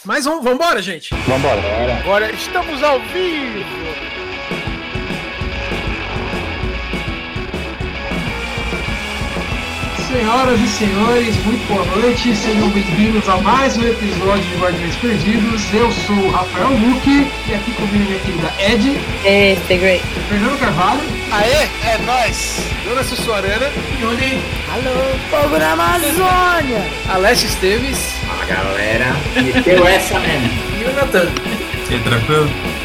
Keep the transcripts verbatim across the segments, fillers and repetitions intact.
Mas vamos embora, gente. Vambora. Agora estamos ao vivo. Senhoras e senhores, muito boa noite, sejam bem-vindos a mais um episódio de Guardiões Perdidos. Eu sou o Rafael Luque e aqui comigo minha querida Ed. Hey, stay great. Fernando Carvalho. Aê, é nóis. Jonas Sussuarana. Yuri. Alô, fogo na Amazônia. Alessio Esteves. Fala galera, meteu essa mesmo. E o Natan. E aí, tranquilo?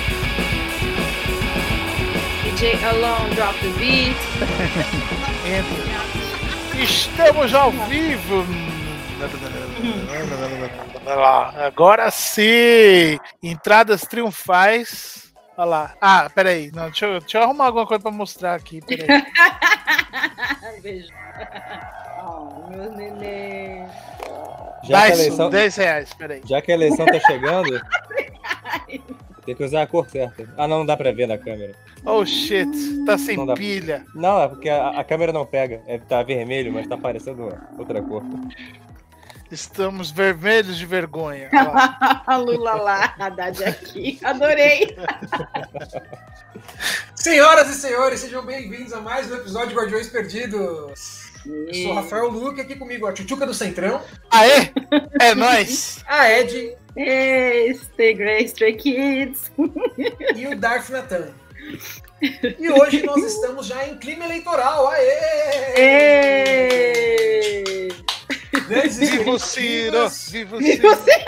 D J Alone, drop the beat. Estamos ao vivo. Agora sim. Entradas triunfais. Olha lá. Ah, peraí. Não, deixa, eu, deixa eu arrumar alguma coisa pra mostrar aqui. Peraí. Beijo. Oh, meu neném. Já que, a Dá eleição, dez reais, peraí. já que a eleição tá chegando, tem que usar a cor certa. Ah, não, não dá pra ver na câmera. Oh shit, tá sem Não dá. pilha. Não, é porque a, a câmera não pega. É, tá vermelho, mas tá parecendo outra cor. Estamos vermelhos de vergonha. A Lula lá, Haddad aqui. Adorei. Senhoras e senhores, sejam bem-vindos a mais um episódio de Guardiões Perdidos. Eu sou o Rafael Luque, aqui comigo a Tchutchuca do Centrão, Aê, é nóis. a Ed Hey, stay great, Stray Kids. e o Darth Natan. E hoje nós estamos já em clima eleitoral. Aê! Hey. Grandes Viva o Ciro, expectativas. viva o E Ciro. você?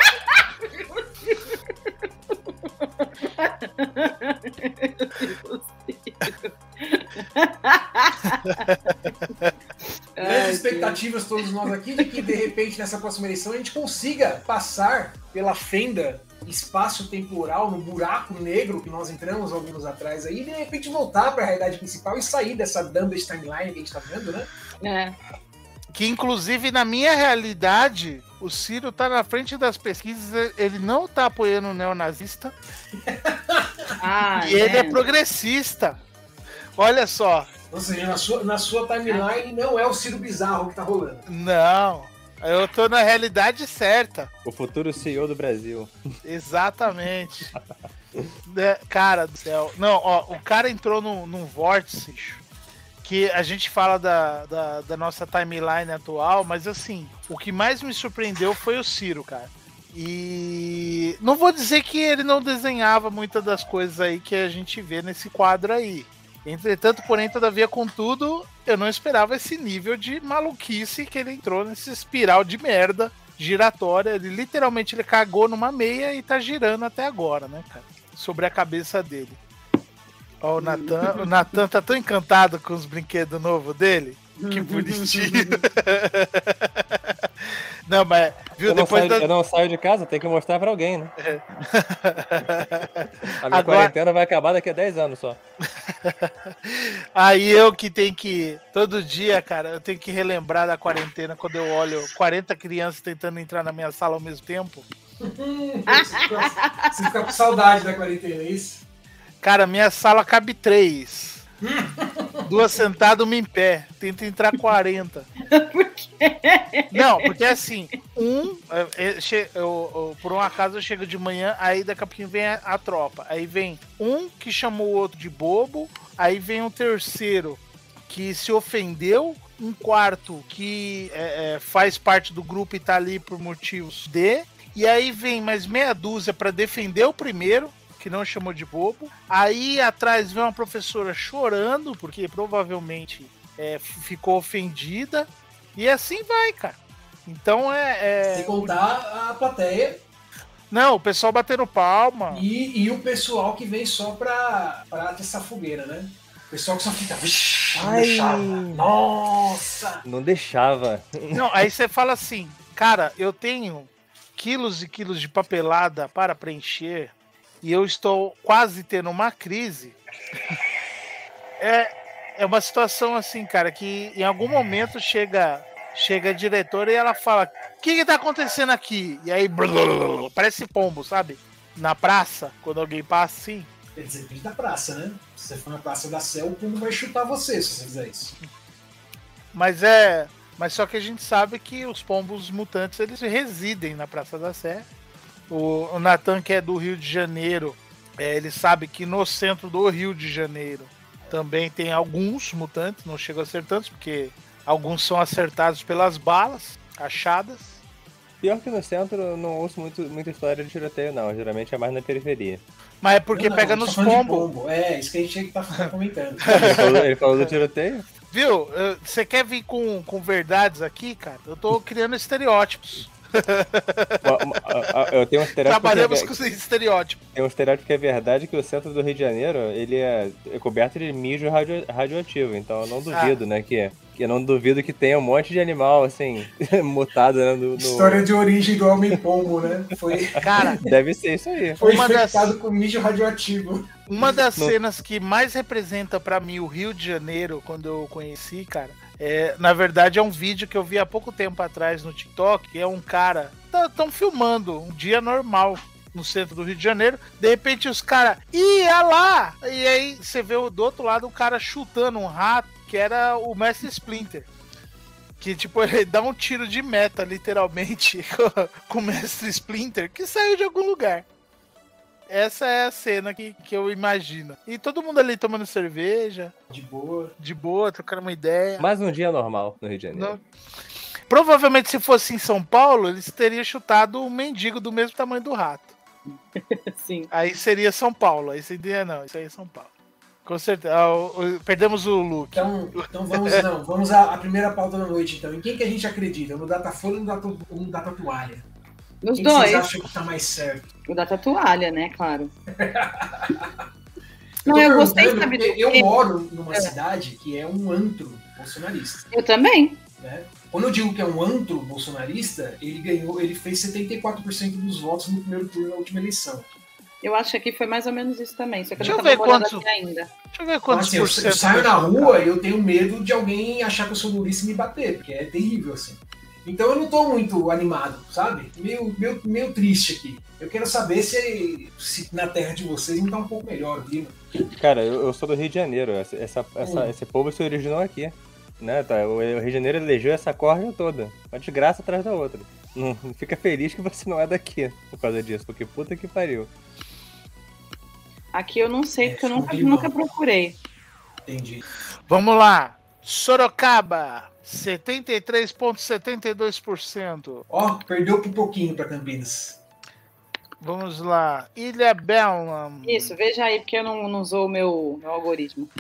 Grandes expectativas todos nós aqui de que de repente nessa próxima eleição a gente consiga passar pela fenda espaço-temporal, no buraco negro que nós entramos alguns anos atrás aí, e de repente voltar para a realidade principal e sair dessa Dumbest timeline que a gente tá vendo, né? É. Que inclusive na minha realidade, o Ciro tá na frente das pesquisas, ele não tá apoiando o neonazista Ah, e ele é né? progressista. Olha só, Ou seja, na sua, na sua timeline não é o Ciro Bizarro que tá rolando. não, eu tô na realidade certa. O futuro C E O do Brasil. Exatamente. Né, cara do céu. Não, ó, o cara entrou num, num vórtice que a gente fala da, da, da nossa timeline atual, mas assim, o que mais me surpreendeu foi o Ciro, cara. E não vou dizer que ele não desenhava muitas das coisas aí que a gente vê nesse quadro aí. Entretanto, porém, todavia, contudo, eu não esperava esse nível de maluquice que ele entrou nesse espiral de merda giratória. Ele literalmente ele cagou numa meia e tá girando até agora, né, cara? Sobre a cabeça dele. Ó, o Natan, o Natan tá tão encantado com os brinquedos novos dele. Que bonitinho. Não, mas, viu, Eu não, depois saio, da... eu não saio de casa, tem que mostrar pra alguém, né? A minha Agora- quarentena vai acabar daqui a dez anos só. Aí eu que tenho que, todo dia, cara, eu tenho que relembrar da quarentena quando eu olho quarenta crianças tentando entrar na minha sala ao mesmo tempo. Você fica, você fica com saudade da quarentena, é isso? Cara, minha sala cabe três. Duas sentadas, uma em pé. Tenta entrar quarenta. Por quê? Não, porque assim, um, é, é, che- eu- eu- por um acaso eu chego de manhã, aí daqui a pouquinho vem a, a tropa. Aí vem um que chamou o outro de bobo, aí vem um terceiro que se ofendeu, um quarto que é, é, faz parte do grupo e tá ali por motivos de, e aí vem mais meia dúzia pra defender o primeiro, que não chamou de bobo. Aí atrás vem uma professora chorando, porque provavelmente é, f- ficou ofendida. E assim vai, cara. Então é. é- Sem contar a plateia Não, o pessoal batendo palma. e, e o pessoal que vem só pra, pra atiçar fogueira, né? O pessoal que só fica. Vixi, não Ai. deixava. Nossa! Não deixava. Não, aí você fala assim, cara, eu tenho quilos e quilos de papelada para preencher e eu estou quase tendo uma crise. É, é uma situação assim, cara, que em algum momento chega, chega a diretora e ela fala: o que que tá acontecendo aqui? E aí, blululul, parece pombo, sabe? Na praça, quando alguém passa assim. Quer dizer, depende da praça, né? Se você for na Praça da Sé, o pombo vai chutar você se você fizer isso. Mas é. Mas só que a gente sabe que os pombos mutantes eles residem na Praça da Sé. O, o Natan, que é do Rio de Janeiro, é, ele sabe que no centro do Rio de Janeiro também tem alguns mutantes, não chegam a ser tantos, porque alguns são acertados pelas balas achadas. Pior que no centro eu não ouço muito, muita história de tiroteio, não. Geralmente é mais na periferia. Mas é porque Não, pega não, nos tô falando de pombos. pombo. É, isso que a gente tá tá comentando. Ele falou, ele falou do tiroteio? Viu? Eu- Você quer vir com, com verdades aqui, cara? Eu tô criando estereótipos. Uma- uma- a- a- Eu tenho um estereótipo, que é, Trabalhamos ve- com estereótipos. tem um estereótipo que é verdade, que o centro do Rio de Janeiro ele é, é coberto de mijo radio- radioativo. Então eu não duvido, né? Que, que eu não duvido que tenha um monte de animal, assim, mutado, né? No, no- História de origem do homem-pombo, né? Foi, Cara, Deve ser isso aí. foi Uma das- infectado com mijo radioativo. uma das Não. cenas que mais representa pra mim o Rio de Janeiro, quando eu o conheci, cara, é, na verdade é um vídeo que eu vi há pouco tempo atrás no TikTok, que é um cara, estão filmando um dia normal no centro do Rio de Janeiro, de repente os caras, ih, olha lá! E aí você vê o- do outro lado o cara chutando um rato, que era o Mestre Splinter. Que, tipo, ele dá um tiro de meta, literalmente, com- com o Mestre Splinter, que saiu de algum lugar. Essa é a cena que, que eu imagino. E todo mundo ali tomando cerveja, De boa. de boa, trocando uma ideia. Mais um dia normal no Rio de Janeiro. Não- Provavelmente, se fosse em São Paulo, eles teriam chutado um mendigo do mesmo tamanho do rato. Sim. Aí seria São Paulo. Aí seria, não, isso aí é São Paulo. Com certeza. Ah, o- o- perdemos o Luke. Então, então vamos, não, vamos à, à primeira pauta da noite, então. Em quem que a gente acredita? No Datafolha ou no Data, ou no Data Toalha? Nos Quem que vocês dois. acham que tá mais certo? O da toalha, né? Claro. Eu Não, tô eu gostei, perguntando sabe? porque do Eu quê? moro numa É. cidade que é um antro bolsonarista, Eu também. né? Quando eu digo que é um antro bolsonarista, ele ganhou, ele fez setenta e quatro por cento dos votos no primeiro turno na última eleição. Eu acho que aqui foi mais ou menos isso também. Só que Deixa eu eu não tava ver morando quantos- aqui ainda. Deixa eu ver Então, quantos assim, eu, por eu cento. saio na desse rua cara. e eu tenho medo de alguém achar que eu sou lulista e me bater, porque é terrível, assim. Então eu não tô muito animado, sabe? Meio, meio, meio triste aqui. Eu quero saber se, se na terra de vocês não tá um pouco melhor, viu? Cara, eu, eu sou do Rio de Janeiro. Essa, essa, essa- Hum. Esse povo se originou aqui. Né, tá? O, o Rio de Janeiro elegeu essa corja toda. Uma desgraça atrás da outra. Não, não fica feliz que você não é daqui por causa disso, porque puta que pariu. Aqui eu não sei, É, porque eu ficou nunca, climão. nunca procurei. Entendi. Vamos lá. Sorocaba, setenta e três vírgula setenta e dois por cento. Ó, perdeu por pouquinho pra Campinas. Vamos lá. Ilha Bela. Isso, veja aí, porque eu não, não usou o meu, meu algoritmo.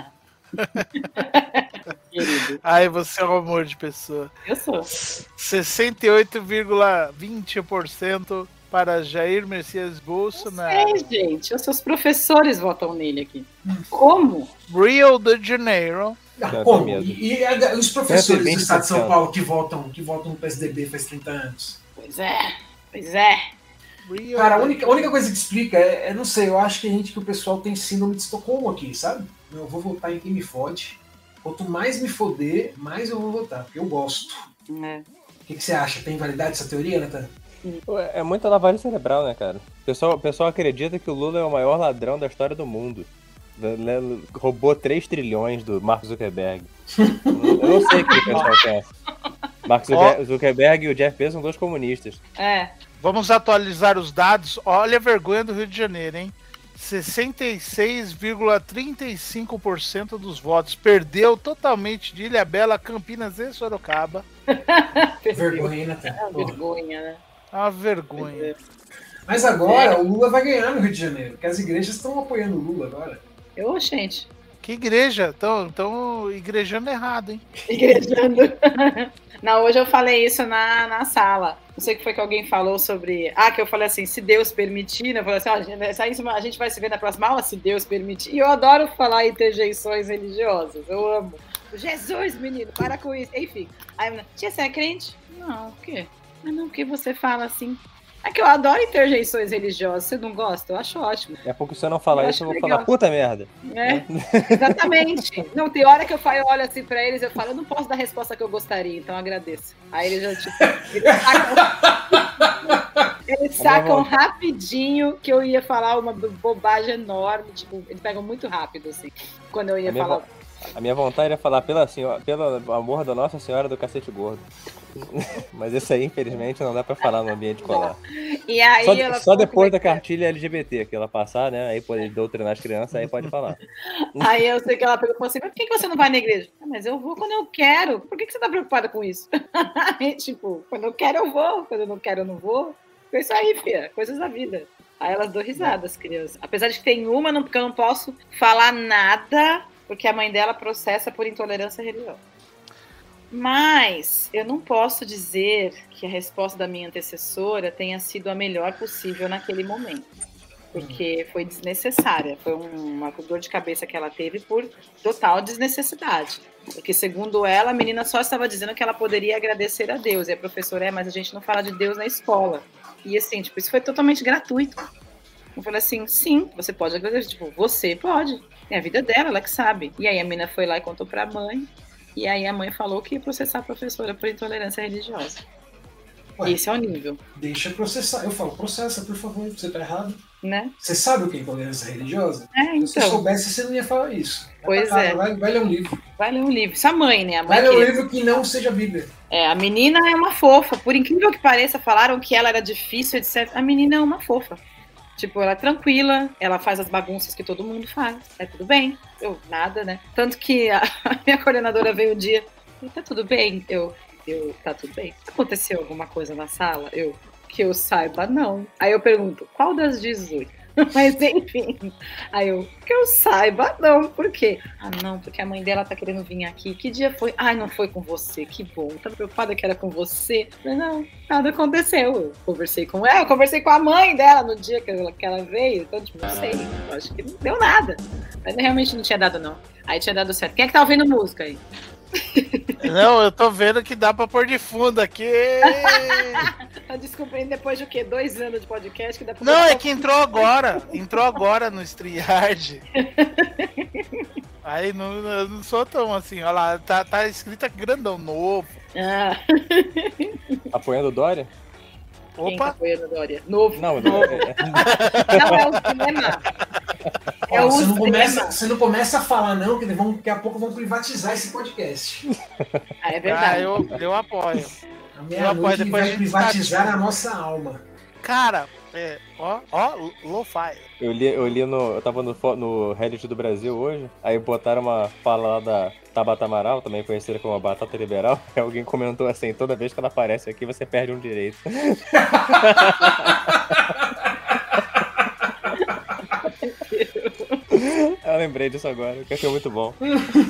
Querido, Ai, você é um amor de pessoa. eu sou. sessenta e oito vírgula vinte por cento para Jair Messias Bolsonaro. É, gente, os seus professores votam nele aqui. Como? Rio de Janeiro. Ah, Eu como? tenho medo. E, e a- os professores do cento e vinte estado de São por cento. Paulo que votam, que votam no P S D B faz trinta anos? Pois é, pois é. Rio Cara, a de- única, a única coisa que explica é, é, não sei, eu acho que a gente, que o pessoal tem síndrome de Estocolmo aqui, sabe? Eu vou votar em quem me fode. Quanto mais me foder, mais eu vou votar, porque eu gosto. É. O que, que você acha? Tem validade essa teoria, Nathan? Pô, É muita lavagem cerebral, né, cara? O pessoal, o pessoal acredita que o Lula é o maior ladrão da história do mundo. Né, roubou três trilhões do Mark Zuckerberg. Eu não sei o que o pessoal pensa. Mark Zucker- Zuckerberg e o Jeff Bezos são dois comunistas. É, Vamos atualizar os dados. Olha a vergonha do Rio de Janeiro, hein? sessenta e seis vírgula trinta e cinco por cento dos votos. Perdeu totalmente de Ilhabela, Campinas e Sorocaba. Vergonha, hein, Nathan? é uma Porra. vergonha, né? É uma vergonha. Mas agora o Lula vai ganhar no Rio de Janeiro, porque as igrejas estão apoiando o Lula agora. Eu, gente, Que igreja? Estão igrejando errado, hein? igrejando. Não, hoje eu falei isso na, na sala. Não sei o que foi que alguém falou sobre. Ah, que eu falei assim, se Deus permitir, né? Eu falei assim, ó, a gente- a gente vai se ver na próxima aula, se Deus permitir. E eu adoro falar interjeições religiosas, eu amo. Jesus, menino, para com isso. Enfim. Aí a menina, tia, você é crente? Não, por quê? Mas não, porque você fala assim. É que eu adoro interjeições religiosas, você não gosta? Eu acho ótimo. Daqui a pouco, se eu não falar Eu isso, eu acho vou legal. falar, puta merda. É, exatamente. Não, tem hora que eu, falo, eu olho assim pra eles, eu falo, eu não posso dar a resposta que eu gostaria, então eu agradeço. Aí eles já, tipo, eles sacam, eles sacam rapidinho que eu ia falar uma bobagem enorme, tipo, eles pegam muito rápido, assim, quando eu ia A minha, falar. vo- A minha vontade é falar pela senhora, pelo amor da Nossa Senhora do Cacete Gordo. Mas isso aí, infelizmente, não dá pra falar no ambiente escolar. E aí Só, ela só falou depois que- da cartilha L G B T que ela passar, né? Aí pode doutrinar as crianças, aí pode falar. Aí eu sei que ela perguntou assim, mas por que que você não vai na igreja? Ah, mas eu vou quando eu quero. Por que que você tá preocupada com isso? Aí, tipo, quando eu quero eu vou, quando eu não quero eu não vou. Foi isso aí, filha, coisas da vida. Aí elas dão risada, as crianças. Apesar de que tem uma, não, porque eu não posso falar nada, porque a mãe dela processa por intolerância religiosa. Mas eu não posso dizer que a resposta da minha antecessora tenha sido a melhor possível naquele momento. Porque foi desnecessária. Foi uma dor de cabeça que ela teve por total desnecessidade. Porque, segundo ela, a menina só estava dizendo que ela poderia agradecer a Deus. E a professora, é, mas a gente não fala de Deus na escola. E assim, tipo, isso foi totalmente gratuito. Eu falei assim, sim, você pode agradecer. Tipo, você pode. É a vida dela, ela que sabe. E aí a menina foi lá e contou pra mãe. E aí a mãe falou que ia processar a professora por intolerância religiosa. Ué, Esse é o nível, deixa processar. Eu falo, processa, por favor, você tá errado. né? Você sabe o que é intolerância religiosa? É, Se você então. soubesse, você não ia falar isso. Vai Pois pra casa, é. Vai, vai ler um livro. Vai ler um livro. Isso a mãe, né? A mãe Vai ler um que... livro que não seja Bíblia. É, a menina é uma fofa. Por incrível que pareça, falaram que ela era difícil, etcétera. A menina é uma fofa. Tipo, ela é tranquila, ela faz as bagunças que todo mundo faz. É tudo bem. Eu, nada, né? Tanto que a minha coordenadora veio um dia. Tá tudo bem? Eu, eu, tá tudo bem. Aconteceu alguma coisa na sala? Eu, que eu saiba, não. Aí eu pergunto, qual das dezoito? Mas enfim. Aí eu, que eu saiba, não. Por quê? Ah, não, porque a mãe dela tá querendo vir aqui. Que dia foi? Ai, não foi com você. Que bom. Tava preocupada que era com você. Mas não, nada aconteceu. Eu conversei com ela, eu conversei com a mãe dela no dia que ela, que ela veio. Então, tipo, não sei. Eu acho que não deu nada. Mas realmente não tinha dado, não. Aí tinha dado certo. Quem é que tá ouvindo música aí? Não, eu tô vendo que dá pra pôr de fundo aqui. Tá descobrindo depois de o quê? Dois anos de podcast que dá pra Não, botar é que entrou agora. Entrou agora no StreamYard. Aí não, eu não sou tão assim. Olha lá, tá, tá escrito grandão, novo. Ah, Apoiando o Dória? quem tá Opa, apoiando a Dória? Novo. Não, novo. é, Não é o cinema. É Ó, o você, não cinema. começa, você não começa a falar, não, que vão, daqui a pouco vão privatizar esse podcast. Ah, é ah, verdade. eu, eu apoio. A apoio, meia-noite depois a vai gente privatizar sabe. a nossa alma. Cara, é, ó, ó, lo-fi. eu li, eu li no. Eu tava no, fo- no Reddit do Brasil hoje, aí botaram uma fala lá da Tabata Amaral, também conhecida como a Batata Liberal. Aí alguém comentou assim: toda vez que ela aparece aqui, você perde um direito. Eu lembrei disso agora, que achei muito bom.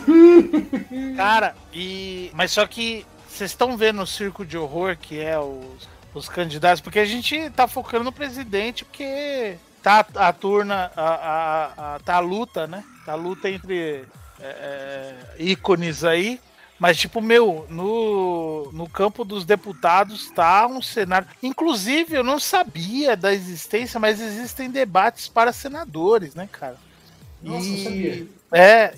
Cara, e. Mas só que vocês estão vendo o circo de horror que é os, os candidatos, porque a gente tá focando no presidente, porque tá a turna, a, a, a- tá a luta, né? Tá a luta entre é, é, ícones aí. Mas, tipo, meu, no, no campo dos deputados tá um cenário. Inclusive, eu não sabia da existência, mas existem debates para senadores, né, cara? Nossa, não sabia. É,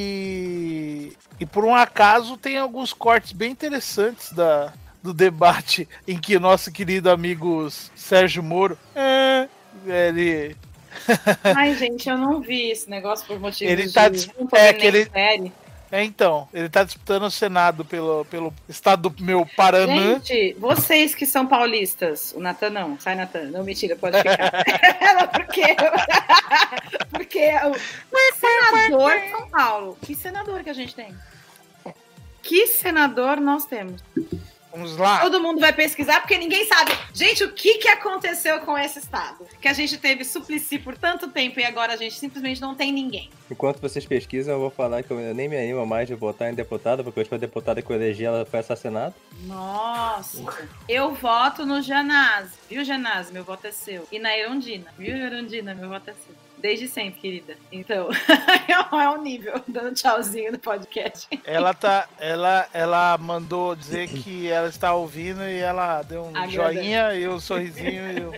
e. E por um acaso tem alguns cortes bem interessantes da, do debate em que o nosso querido amigo Sérgio Moro. É, ele. Ai, gente, eu não vi esse negócio por motivos Ele tá de... dis- não tô é, vendo que nem ele- série. É, então, ele tá disputando o Senado pelo, pelo estado do meu Paranã. Gente, vocês que são paulistas, o Natan não, sai Natan, não, mentira, pode ficar. Não, porque porque o senador de São Paulo, que senador que a gente tem? Que senador nós temos? Vamos lá. Todo mundo vai pesquisar porque ninguém sabe. Gente, o que, que aconteceu com esse estado? Que a gente teve Suplicy por tanto tempo e agora a gente simplesmente não tem ninguém. Enquanto vocês pesquisam, eu vou falar que eu nem me animo mais de votar em deputada, porque a última deputada que eu elegi, ela foi assassinada. Nossa, eu voto no Janaz, viu, Janaz? Meu voto é seu. E na Erundina, viu, Erundina? Meu voto é seu. Desde sempre, querida. Então, é um nível, dando tchauzinho no podcast. Ela tá. Ela, ela mandou dizer que ela está ouvindo e ela deu um Agradece. joinha e um sorrisinho e eu.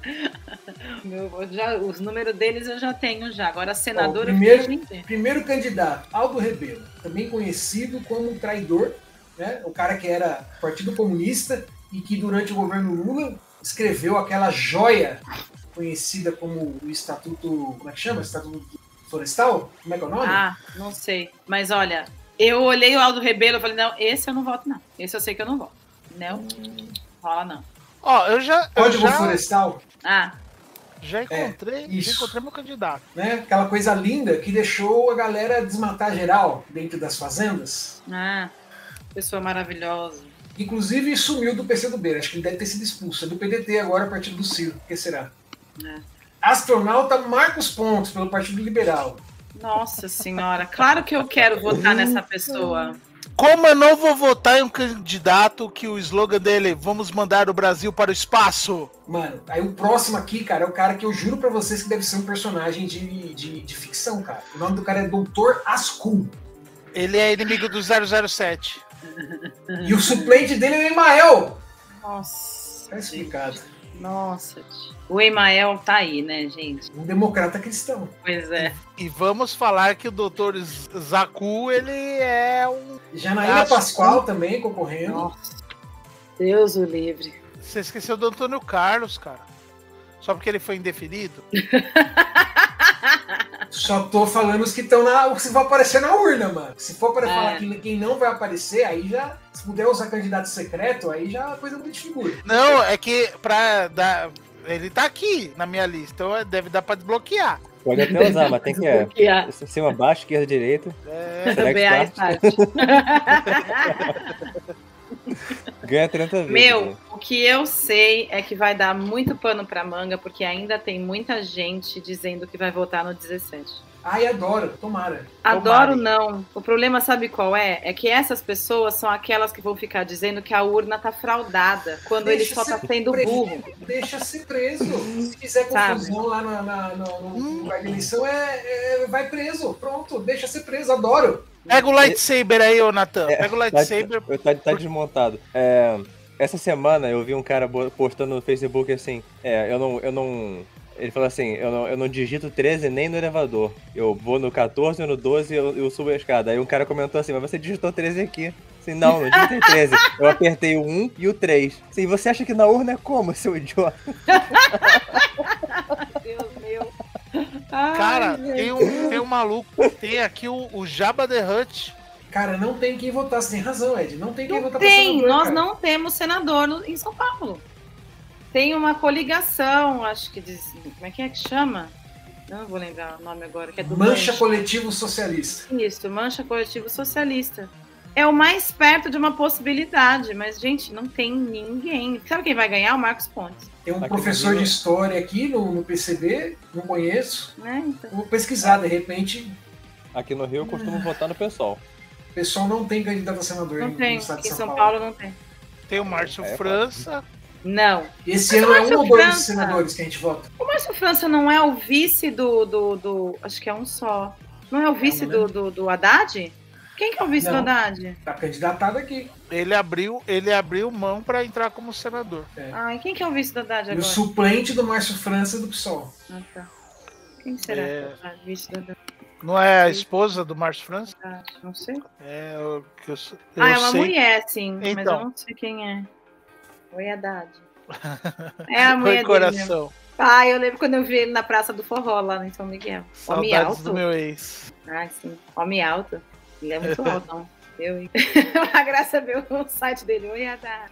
Meu, eu já, os números deles eu já tenho já. Agora, senador, Ó, eu primeiro- fiquei sem ter. Primeiro candidato, Aldo Rebelo, também conhecido como traidor, né? O cara que era Partido Comunista e que durante o governo Lula escreveu aquela joia conhecida como o Estatuto, como é que chama? Estatuto Florestal? Como é que é o nome? Ah, não sei. Mas olha, eu olhei o Aldo Rebelo e falei, não, esse eu não voto, não. Esse eu sei que eu não voto. Não, hum. rola não. Ó, eu já... Código eu já... Florestal? Ah. Já encontrei, é, já encontrei meu candidato. Né? Aquela coisa linda que deixou a galera desmatar geral dentro das fazendas. Ah, pessoa maravilhosa. Inclusive sumiu do P C do B, acho que ele deve ter sido expulso. É do P D T agora a partir do Ciro, o que será? É. Astronauta Marcos Pontes, pelo Partido Liberal. Nossa senhora, claro que eu quero votar nessa pessoa. Como eu não vou votar em um candidato que o slogan dele, vamos mandar o Brasil para o espaço? Mano, aí o próximo aqui, cara, é o cara que eu juro pra vocês que deve ser um personagem de, de, de ficção, cara. O nome do cara é doutor Ascul. Ele é inimigo do zero zero sete. E o suplente dele é o Emael. Nossa. Tá explicado. Nossa, o Emael tá aí, né, gente? Um democrata cristão. Pois é. E vamos falar que o doutor Zaku, ele é um... Janaína Pascoal também concorrendo. Nossa, Deus o livre. Você esqueceu do Antônio Carlos, cara. Só porque ele foi indefinido? Só tô falando os que estão na... os que vão aparecer na urna, mano. Se for para é. falar que quem não vai aparecer, aí já... Se puder usar candidato secreto, aí já a coisa muito figura. Não, é que pra dar... Ele tá aqui na minha lista, então deve dar pra desbloquear. Pode até usar, mas tem que é cima, baixo, esquerda, direita. É, ganha trinta vezes. Meu, né? o que eu sei é que vai dar muito pano pra manga, porque ainda tem muita gente dizendo que vai votar no dezessete. Ai, adoro, tomara. Adoro não. O problema, sabe qual é? É que essas pessoas são aquelas que vão ficar dizendo que a urna tá fraudada, quando Deixa ele só tá ser sendo preso. burro. Deixa ser preso. Se fizer confusão lá na, na, no, no lugar de eleição, é, é, vai preso. Pronto, deixa ser preso, adoro. Pega o lightsaber aí, ô Natan. Pega o lightsaber. Tá, tá, tá desmontado. É, essa semana eu vi um cara postando no Facebook assim, é, eu não... Eu não ele falou assim, eu não, eu não digito treze nem no elevador. Eu vou no catorze, no doze e eu, eu subo a escada. Aí um cara comentou assim, mas você digitou treze aqui. Assim, não, não digitei treze. Eu apertei o um e o três. Assim, você acha que na urna é como, seu idiota? Deus meu. Ai, cara, tem um, tem um maluco, tem aqui o, o Jabba the Hutt. Cara, não tem quem votar, você tem razão, Ed. Não tem quem não votar tem, pra senador, nós cara. não temos senador no, em São Paulo. Tem uma coligação, acho que diz, como é que é que chama? Eu não vou lembrar o nome agora, que é do Mancha Mancha. Coletivo Socialista. Isso, Mancha Coletivo Socialista. É o mais perto de uma possibilidade, mas, gente, não tem ninguém. Sabe quem vai ganhar? O Marcos Pontes. Tem um Aqui professor no de história aqui no, no P C B, não conheço. Né? Então, Vou pesquisar, de repente. Aqui no Rio eu costumo votar no pessoal. O pessoal não tem candidato a senador não no tem, estado aqui de em São, São Paulo. Paulo não tem. Tem o Márcio É, França. Não. Esse Mas ano o é um Márcio ou dois França- senadores que a gente vota. O Márcio França não é o vice do, do, do... Acho que é um só. Não é o vice Não, do, do, do Haddad? Quem que é o vice Não. do Haddad? Tá candidatado aqui. Ele abriu, ele abriu mão pra entrar como senador. Ai, quem que é o vice do Haddad E o agora? suplente do Márcio França do PSOL. Ah, tá. Quem será É. que é o vice do Haddad? Não é a esposa do Márcio França? Não sei. É o que eu, eu Ah, é uma sei. mulher, sim, mas eu Então. não sei quem é. Oi, Haddad. É a mulher Foi dele mesmo. coração. Ah, eu lembro quando eu vi ele na Praça do Forró, lá em São Miguel. Homem Saudades alto? do meu ex. Ah, sim. Homem alto. Ele é muito alto, não. Eu... A Graça viu o site dele. Oi, Haddad.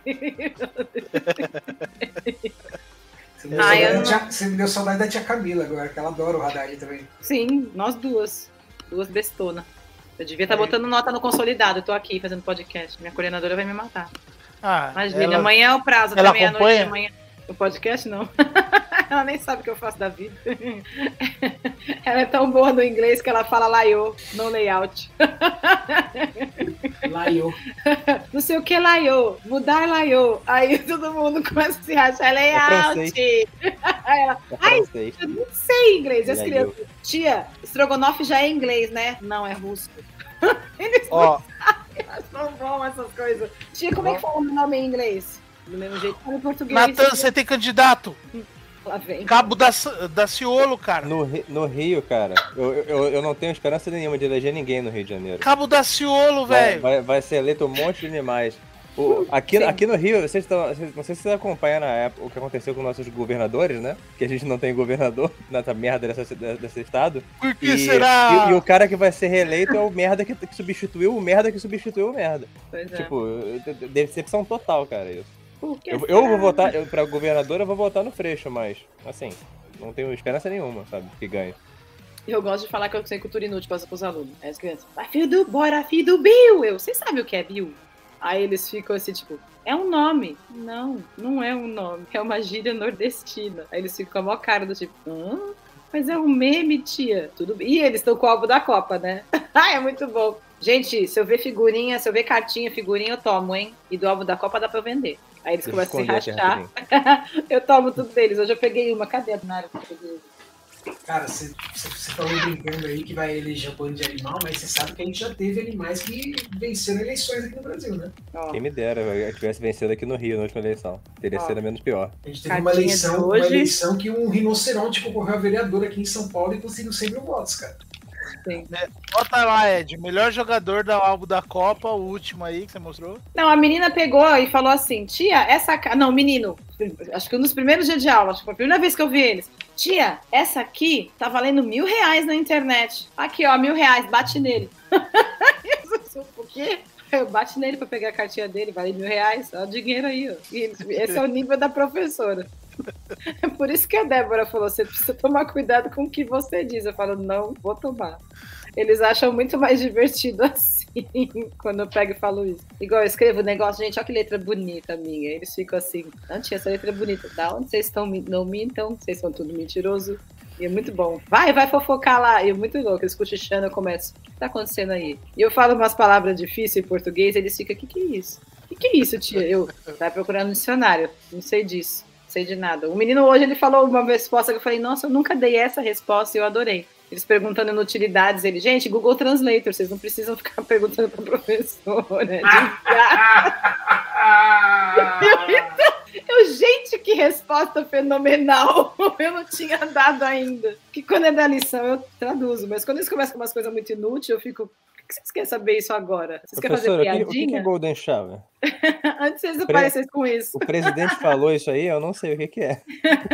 Você me, deu Ah, saudade eu da não- tia, você me deu saudade da tia Camila agora, que ela adora o Haddad também. Sim, nós duas. Duas bestonas. Eu devia estar Aí. botando nota no consolidado. Eu tô aqui fazendo podcast. Minha coordenadora vai me matar. Ah, Imagina, ela- amanhã é o prazo, ela até meia-noite acompanha? de amanhã. O podcast, não. Ela nem sabe o que eu faço da vida. Ela é tão boa no inglês que ela fala layo, no layout. Lá eu. Não sei o que layo, mudar layo. Aí todo mundo começa a se rachar, layout. Aí ela, ai, Francês. eu não sei inglês. E as Layo. crianças, tia, estrogonofe já é inglês, né? Não, é russo. Eles Ó, não vão essas coisas. Tia, como é que fala o meu nome em inglês? Do mesmo jeito que fala em português. Natan, você tem candidato. Lá vem. Cabo da, da Ciolo, cara. No, Ri- no Rio, cara, eu, eu, eu não tenho esperança nenhuma de eleger ninguém no Rio de Janeiro. Cabo da Ciolo, Vai, velho. vai, vai ser eleito um monte de animais. O, aqui, Sim. aqui no Rio, vocês estão, não sei se vocês acompanham na época o que aconteceu com nossos governadores, né? Que a gente não tem governador nessa merda dessa, desse estado. Por que E, será? e, e o cara que vai ser reeleito é o merda que, que substituiu o merda que substituiu o merda. Pois é. Tipo, decepção total, cara, isso. Por que Eu, será? eu vou votar, eu, pra governador eu vou votar no Freixo, mas, assim, não tenho esperança nenhuma, sabe, que ganhe. Eu gosto de falar que eu sei cultura inútil para os alunos. Aí as crianças, vai filho do, bora filho do Bill. Eu, vocês sabem o que é Bill? Aí eles ficam assim, tipo, é um nome. Não, não é um nome. É uma gíria nordestina. Aí eles ficam com a maior cara do tipo, hã? Mas é um meme, tia. Tudo bem. E eles estão com o álbum da Copa, né? É muito bom. Gente, se eu ver figurinha, se eu ver cartinha, figurinha, eu tomo, hein? E do álbum da Copa dá pra eu vender. Aí eles Deixa eu começam a se esconder aqui rachar. Eu tomo tudo deles. Hoje eu peguei uma. Cadê a Nara? Cara, você falou brincando aí que vai eleger o bando de animal, mas você sabe que a gente já teve animais que venceram eleições aqui no Brasil, né? Ó, Quem me dera, eu tivesse vencido aqui no Rio na última eleição. Teria Ó. sido menos pior. A gente teve uma Cartinha eleição, de uma hoje. eleição que um rinoceronte concorreu a vereador aqui em São Paulo e conseguiu cem mil votos, cara. sim. Bota lá, Ed. Melhor jogador do álbum da Copa, o último aí que você mostrou. Não, a menina pegou e falou assim, tia, essa... ca- Não, menino, acho que um dos primeiros dias de aula, acho que foi a primeira vez que eu vi eles. Tia, essa aqui tá valendo mil reais na internet. Aqui, ó, mil reais, bate nele. Por quê? Eu bate nele pra pegar a cartinha dele, vale mil reais, ó o dinheiro aí, ó. E esse é o nível da professora. É por isso que a Débora falou, você precisa tomar cuidado com o que você diz. Eu falo, não, vou tomar. Eles acham muito mais divertido assim, quando eu pego e falo isso. Igual eu escrevo o negócio, gente, olha que letra bonita minha. Eles ficam assim, não tinha essa letra bonita. Da onde vocês estão? Não mintam, vocês são tudo mentiroso. E é muito bom. Vai, vai fofocar lá. E é muito louco, eles cochichando, eu começo, o que tá acontecendo aí? E eu falo umas palavras difíceis em português, eles ficam, o que que é isso? O que que é isso, tia? Eu, vai procurando no dicionário, não sei disso. Sei de nada. O menino hoje ele falou uma resposta que eu falei, nossa, eu nunca dei essa resposta e eu adorei. Eles perguntando inutilidades, ele, gente, Google Translator, vocês não precisam ficar perguntando pra professora. Eu, gente, que resposta fenomenal! Eu não tinha dado ainda. Que quando é da lição eu traduzo, mas quando eles começam com umas coisas muito inúteis, eu fico, por que vocês querem saber isso agora? Vocês querem fazer Professora, o que, o que que piadinha? é Golden Shower? Antes vocês Pre- aparecessem com isso. O presidente falou isso aí, eu não sei o que que é.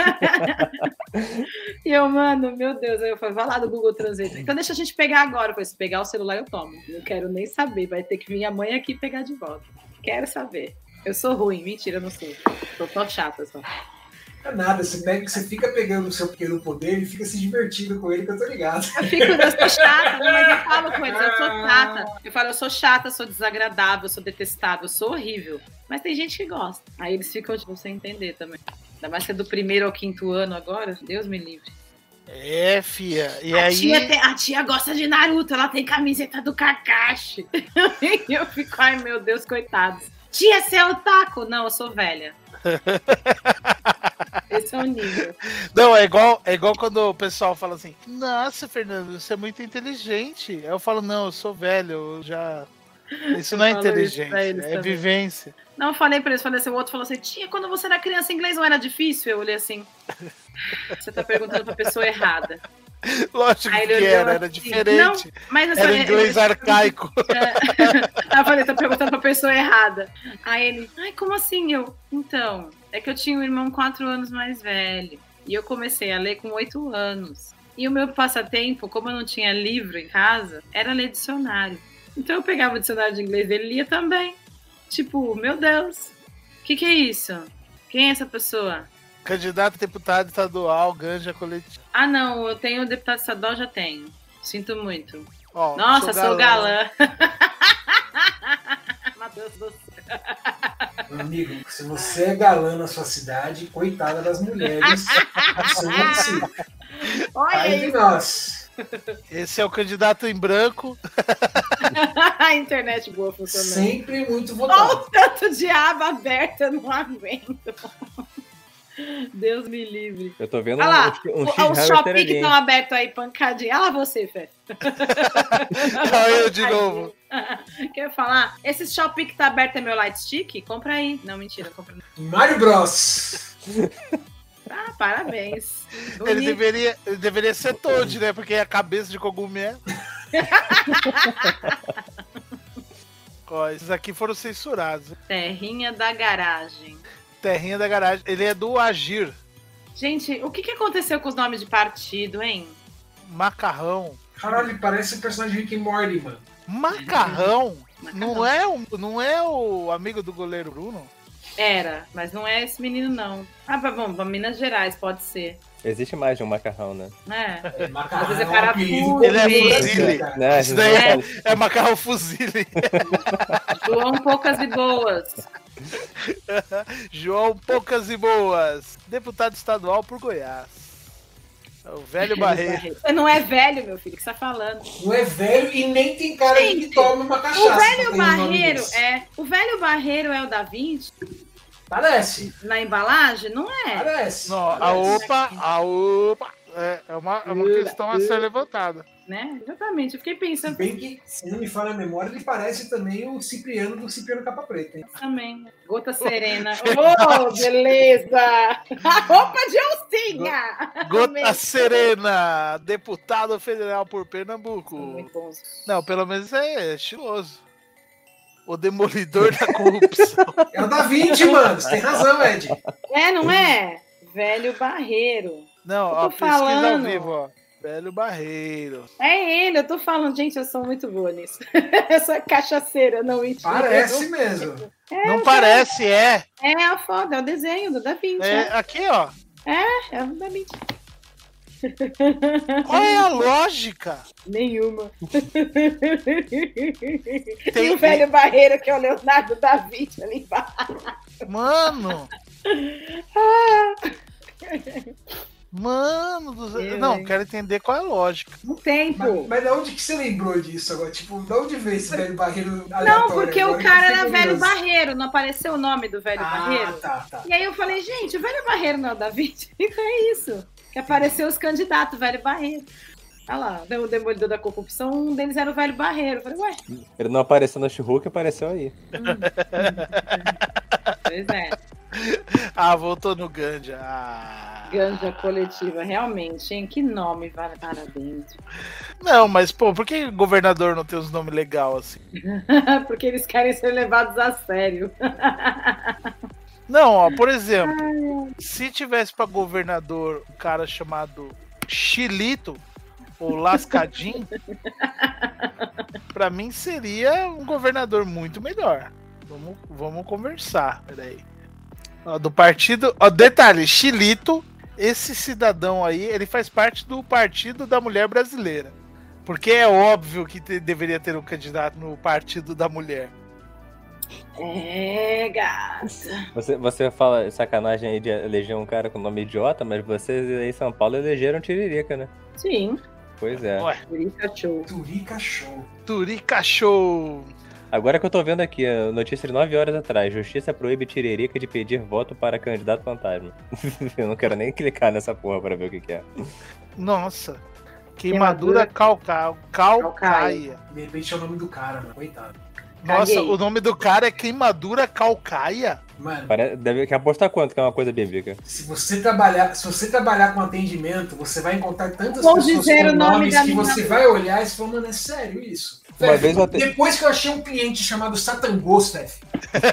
E eu, mano, meu Deus, aí eu falei, vai lá do Google Translator. Então deixa a gente pegar agora. Eu falei, se pegar o celular eu tomo. Não quero nem saber, vai ter que vir a mãe aqui pegar de volta. Quero saber. Eu sou ruim, mentira, eu não sou. Tô tão chata só. Não é nada, você, pega, você fica pegando o seu pequeno poder e fica se divertindo com ele, que eu tô ligado. Eu fico, eu sou chata, não, mas eu falo com eles, eu sou chata. Eu falo, eu sou chata, sou desagradável, sou detestável, sou horrível. Mas tem gente que gosta. Aí eles ficam, tipo, sem entender também. Ainda mais que é do primeiro ao quinto ano agora, Deus me livre. É, fia. E A, aí. tia tem- a tia gosta de Naruto, ela tem camiseta do Kakashi. E eu fico, ai meu Deus, coitado. Tia, você é otaku? Não, eu sou velha. Esse é o nível. Não, é igual, é igual quando o pessoal fala assim: nossa, Fernando, você é muito inteligente. Aí eu falo: não, eu sou velho, eu já. Isso Eu não é falo isso inteligência, pra eles é também. vivência. Não, eu falei pra eles, falei assim, o outro falou assim, tia, quando você era criança, inglês não era difícil? Eu olhei assim, você tá perguntando pra pessoa errada. Lógico Aí que ele olhou era, era assim, diferente. Não, mas eu Era falei, inglês eu- arcaico. Aí eu falei, tô perguntando pra pessoa errada. Aí ele, ai, como assim? Eu, então, é que eu tinha um irmão quatro anos mais velho. E eu comecei a ler com oito anos. E o meu passatempo, como eu não tinha livro em casa, era ler dicionário. Então eu pegava o dicionário de inglês dele e lia também. Tipo, meu Deus, o que que é isso? Quem é essa pessoa? Candidato a deputado estadual, ganja coletiva. Ah, não, eu tenho o deputado estadual, já tenho. Sinto muito. Ó, Nossa, sou galã. Matheus do céu. Meu amigo, se você é galã na sua cidade, coitada das mulheres do seu município. Olha Aí de isso. nós. Esse é o candidato em branco. A internet boa funcionando. Sempre muito Olha votado. o tanto de aba aberta, eu não aguento. Deus me livre. Eu tô vendo Olha lá, um, um, um o- os X-Hamster shopping ali, que hein? estão abertos aí, pancadinha. Olha lá você, Fê. Olha eu de novo. Quer falar? Esse shopping que tá aberto é meu light stick? Compra aí. Não, mentira, compra não. Mario Bros. Ah, parabéns. Ele Bonito. deveria, ele deveria ser Toad, né? Porque é a cabeça de cogumelo. Ó, esses aqui foram censurados. Terrinha da garagem. Terrinha da garagem. Ele é do Agir. Gente, o que, que aconteceu com os nomes de partido, hein? Macarrão. Caralho, ele parece um personagem de Rick and Morty, mano. Macarrão? Macarrão. Não é, o, não é o amigo do goleiro Bruno? Era, mas não é esse menino, não. Ah, tá bom, pra Minas Gerais, pode ser. Existe mais de um macarrão, né? É. É, macarrão, Às vezes é um parafuso. apelido Ele é comum, fuzile. cara. Né, a Isso gente daí não é, fala- é macarrão fuzile. João Poucas e Boas. João Poucas e Boas. Deputado estadual por Goiás. É o velho Barreiro. Você não é velho, meu filho, o que você tá falando? Não é velho e nem tem cara de que Gente, toma uma cachaça. O pra velho ter um nome Barreiro desse. é. O velho Barreiro é o da Vinci? Parece, Na embalagem? Não é. parece. Não, a parece. opa, a opa. É, é uma, é uma questão a ser levantada. Né? Exatamente. Eu fiquei Se pensando bem que, se não me falha a memória, ele parece também o Cipriano do Cipriano Capa Preta, hein? também. Gota Serena. Oh, beleza! A roupa de alcinha! Gota Serena, deputado federal por Pernambuco. Muito bom. Não, pelo menos é estiloso. O demolidor da corrupção. É o Da Vinci, mano. Você tem razão, Ed. É, não é? Velho Barreiro. Não, Eu ó, tô pesquisa ao falando. vivo, ó. Velho Barreiro. É ele, eu tô falando, gente, eu sou muito boa nisso. Essa cachaceira, não mentira. Parece mesmo. Não parece, é. É a foto, é o desenho do Da Vinci. É É, aqui, ó. é o Da Vinci. Qual é a lógica? Nenhuma. Tem- E o velho Barreiro, que é o Leonardo da Vinci ali embaixo. Mano. Mano do céu. Eu, Não, hein? quero entender qual é a lógica. No tempo. Mas, mas de onde que você lembrou disso agora? Tipo, de onde veio esse velho barreiro aleatório? Não, porque agora? o cara Eu era fiquei velho curioso. Barreiro, não apareceu o nome do velho Ah, Barreiro. tá, tá. E aí eu falei, gente, o velho Barreiro não é o da Vinci? Então é isso. Que apareceu os candidatos, o velho Barreiro. Olha lá, o demolidor da corrupção, um deles era o velho Barreiro. Eu falei, ué, Ele não apareceu no She-Hulk, apareceu aí. pois é. Ah, voltou no Ganja. Ah. Ganja coletiva, realmente, hein? Que nome, vale parabéns. Não, mas, pô, por que governador não tem os nomes legais assim? Porque eles querem ser levados a sério. Não, ó, por exemplo, se tivesse pra governador um cara chamado Chilito ou Lascadinho, pra mim seria um governador muito melhor. Vamos, vamos conversar, peraí. Ó, do partido, ó, detalhe, Chilito, esse cidadão aí, ele faz parte do Partido da Mulher Brasileira. Porque é óbvio que te- deveria ter um candidato no Partido da Mulher. É, gata. Você, você fala sacanagem aí de eleger um cara com nome idiota, mas vocês aí em São Paulo elegeram Tiririca, né? Sim, Pois é. Ué, por isso é show. Turica Show. Turica Show. Agora que eu tô vendo aqui, a notícia de nove horas atrás. Justiça proíbe Tiririca de pedir voto para candidato fantasma. Eu não quero nem clicar nessa porra pra ver o que, que é. Nossa. Queimadura Queimadura calca... calcaia. De repente é o nome do cara, mano. Coitado. Nossa, Caguei. o nome do cara é Queimadura Calcaia? Mano, Parece, deve, quer apostar quanto que é uma coisa bíblica? se você trabalhar, se você trabalhar com atendimento, você vai encontrar tantas Vou pessoas dizer com o nome nomes da que minha você mãe. vai olhar e você fala, mano, é sério isso? Uma Fef, vez eu te- Depois que eu achei um cliente chamado Satangos, Fef,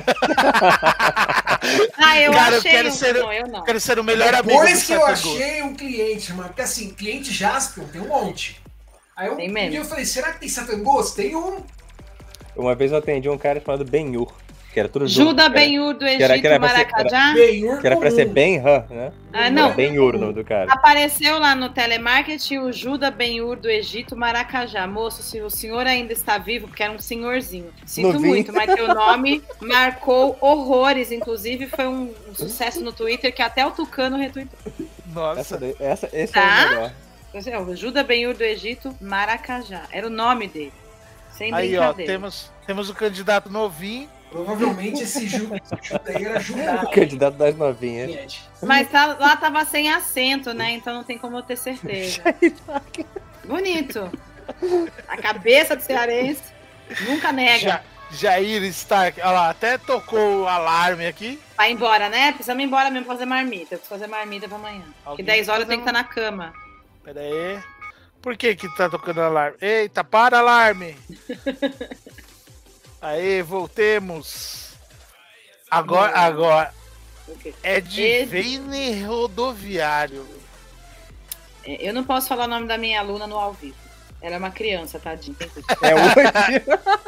Ah, eu Cara, eu achei quero um. ser- Não, eu não. Quero ser o melhor amigo do depois que eu Santa achei um cliente, mano, porque assim, cliente Jaspion tem um monte. Aí eu, Tem um mesmo. dia eu falei, será que tem Satangos? Tem um. Uma vez eu atendi um cara chamado Benhur, que era tudo junto. Juda que era- Ben-Hur do era- Egito, que era pra ser- Maracajá. Benhur Que era pra comum. ser Ben-Han, né? Ah, não. Era Ben-Hur o nome do cara. Apareceu lá no telemarketing o Juda Ben-Hur do Egito, Maracajá. Moço, se o senhor ainda está vivo, porque era um senhorzinho. Sinto Novinho. muito, mas teu nome marcou horrores. Inclusive, foi um, um sucesso no Twitter que até o Tucano retweetou. Essa, Nossa, daí- essa, esse Tá. é o melhor. É o Juda Ben-Hur do Egito, Maracajá. Era o nome dele. Sem aí ó, brincadeira. temos, temos o candidato novinho. Provavelmente esse Ju, Juda aí era Judá. O candidato das novinhas. Ed. Mas tá- lá tava sem acento, né? Então não tem como eu ter certeza. Bonito. A cabeça do cearense nunca nega. Ja, Jair Stark. Olha lá, até tocou o alarme aqui. Vai embora, né? Precisamos ir embora mesmo pra fazer marmita. Eu preciso fazer marmita pra amanhã. Que Alguém dez horas tá eu tenho que estar na cama. Pera aí. Por que que tá tocando alarme? Eita, para alarme! Aí, voltemos. Agora, agora. Ok. É de Ed- Vene Rodoviário. É, Eu não posso falar o nome da minha aluna no ao vivo. Ela é uma criança, tadinha. É hoje.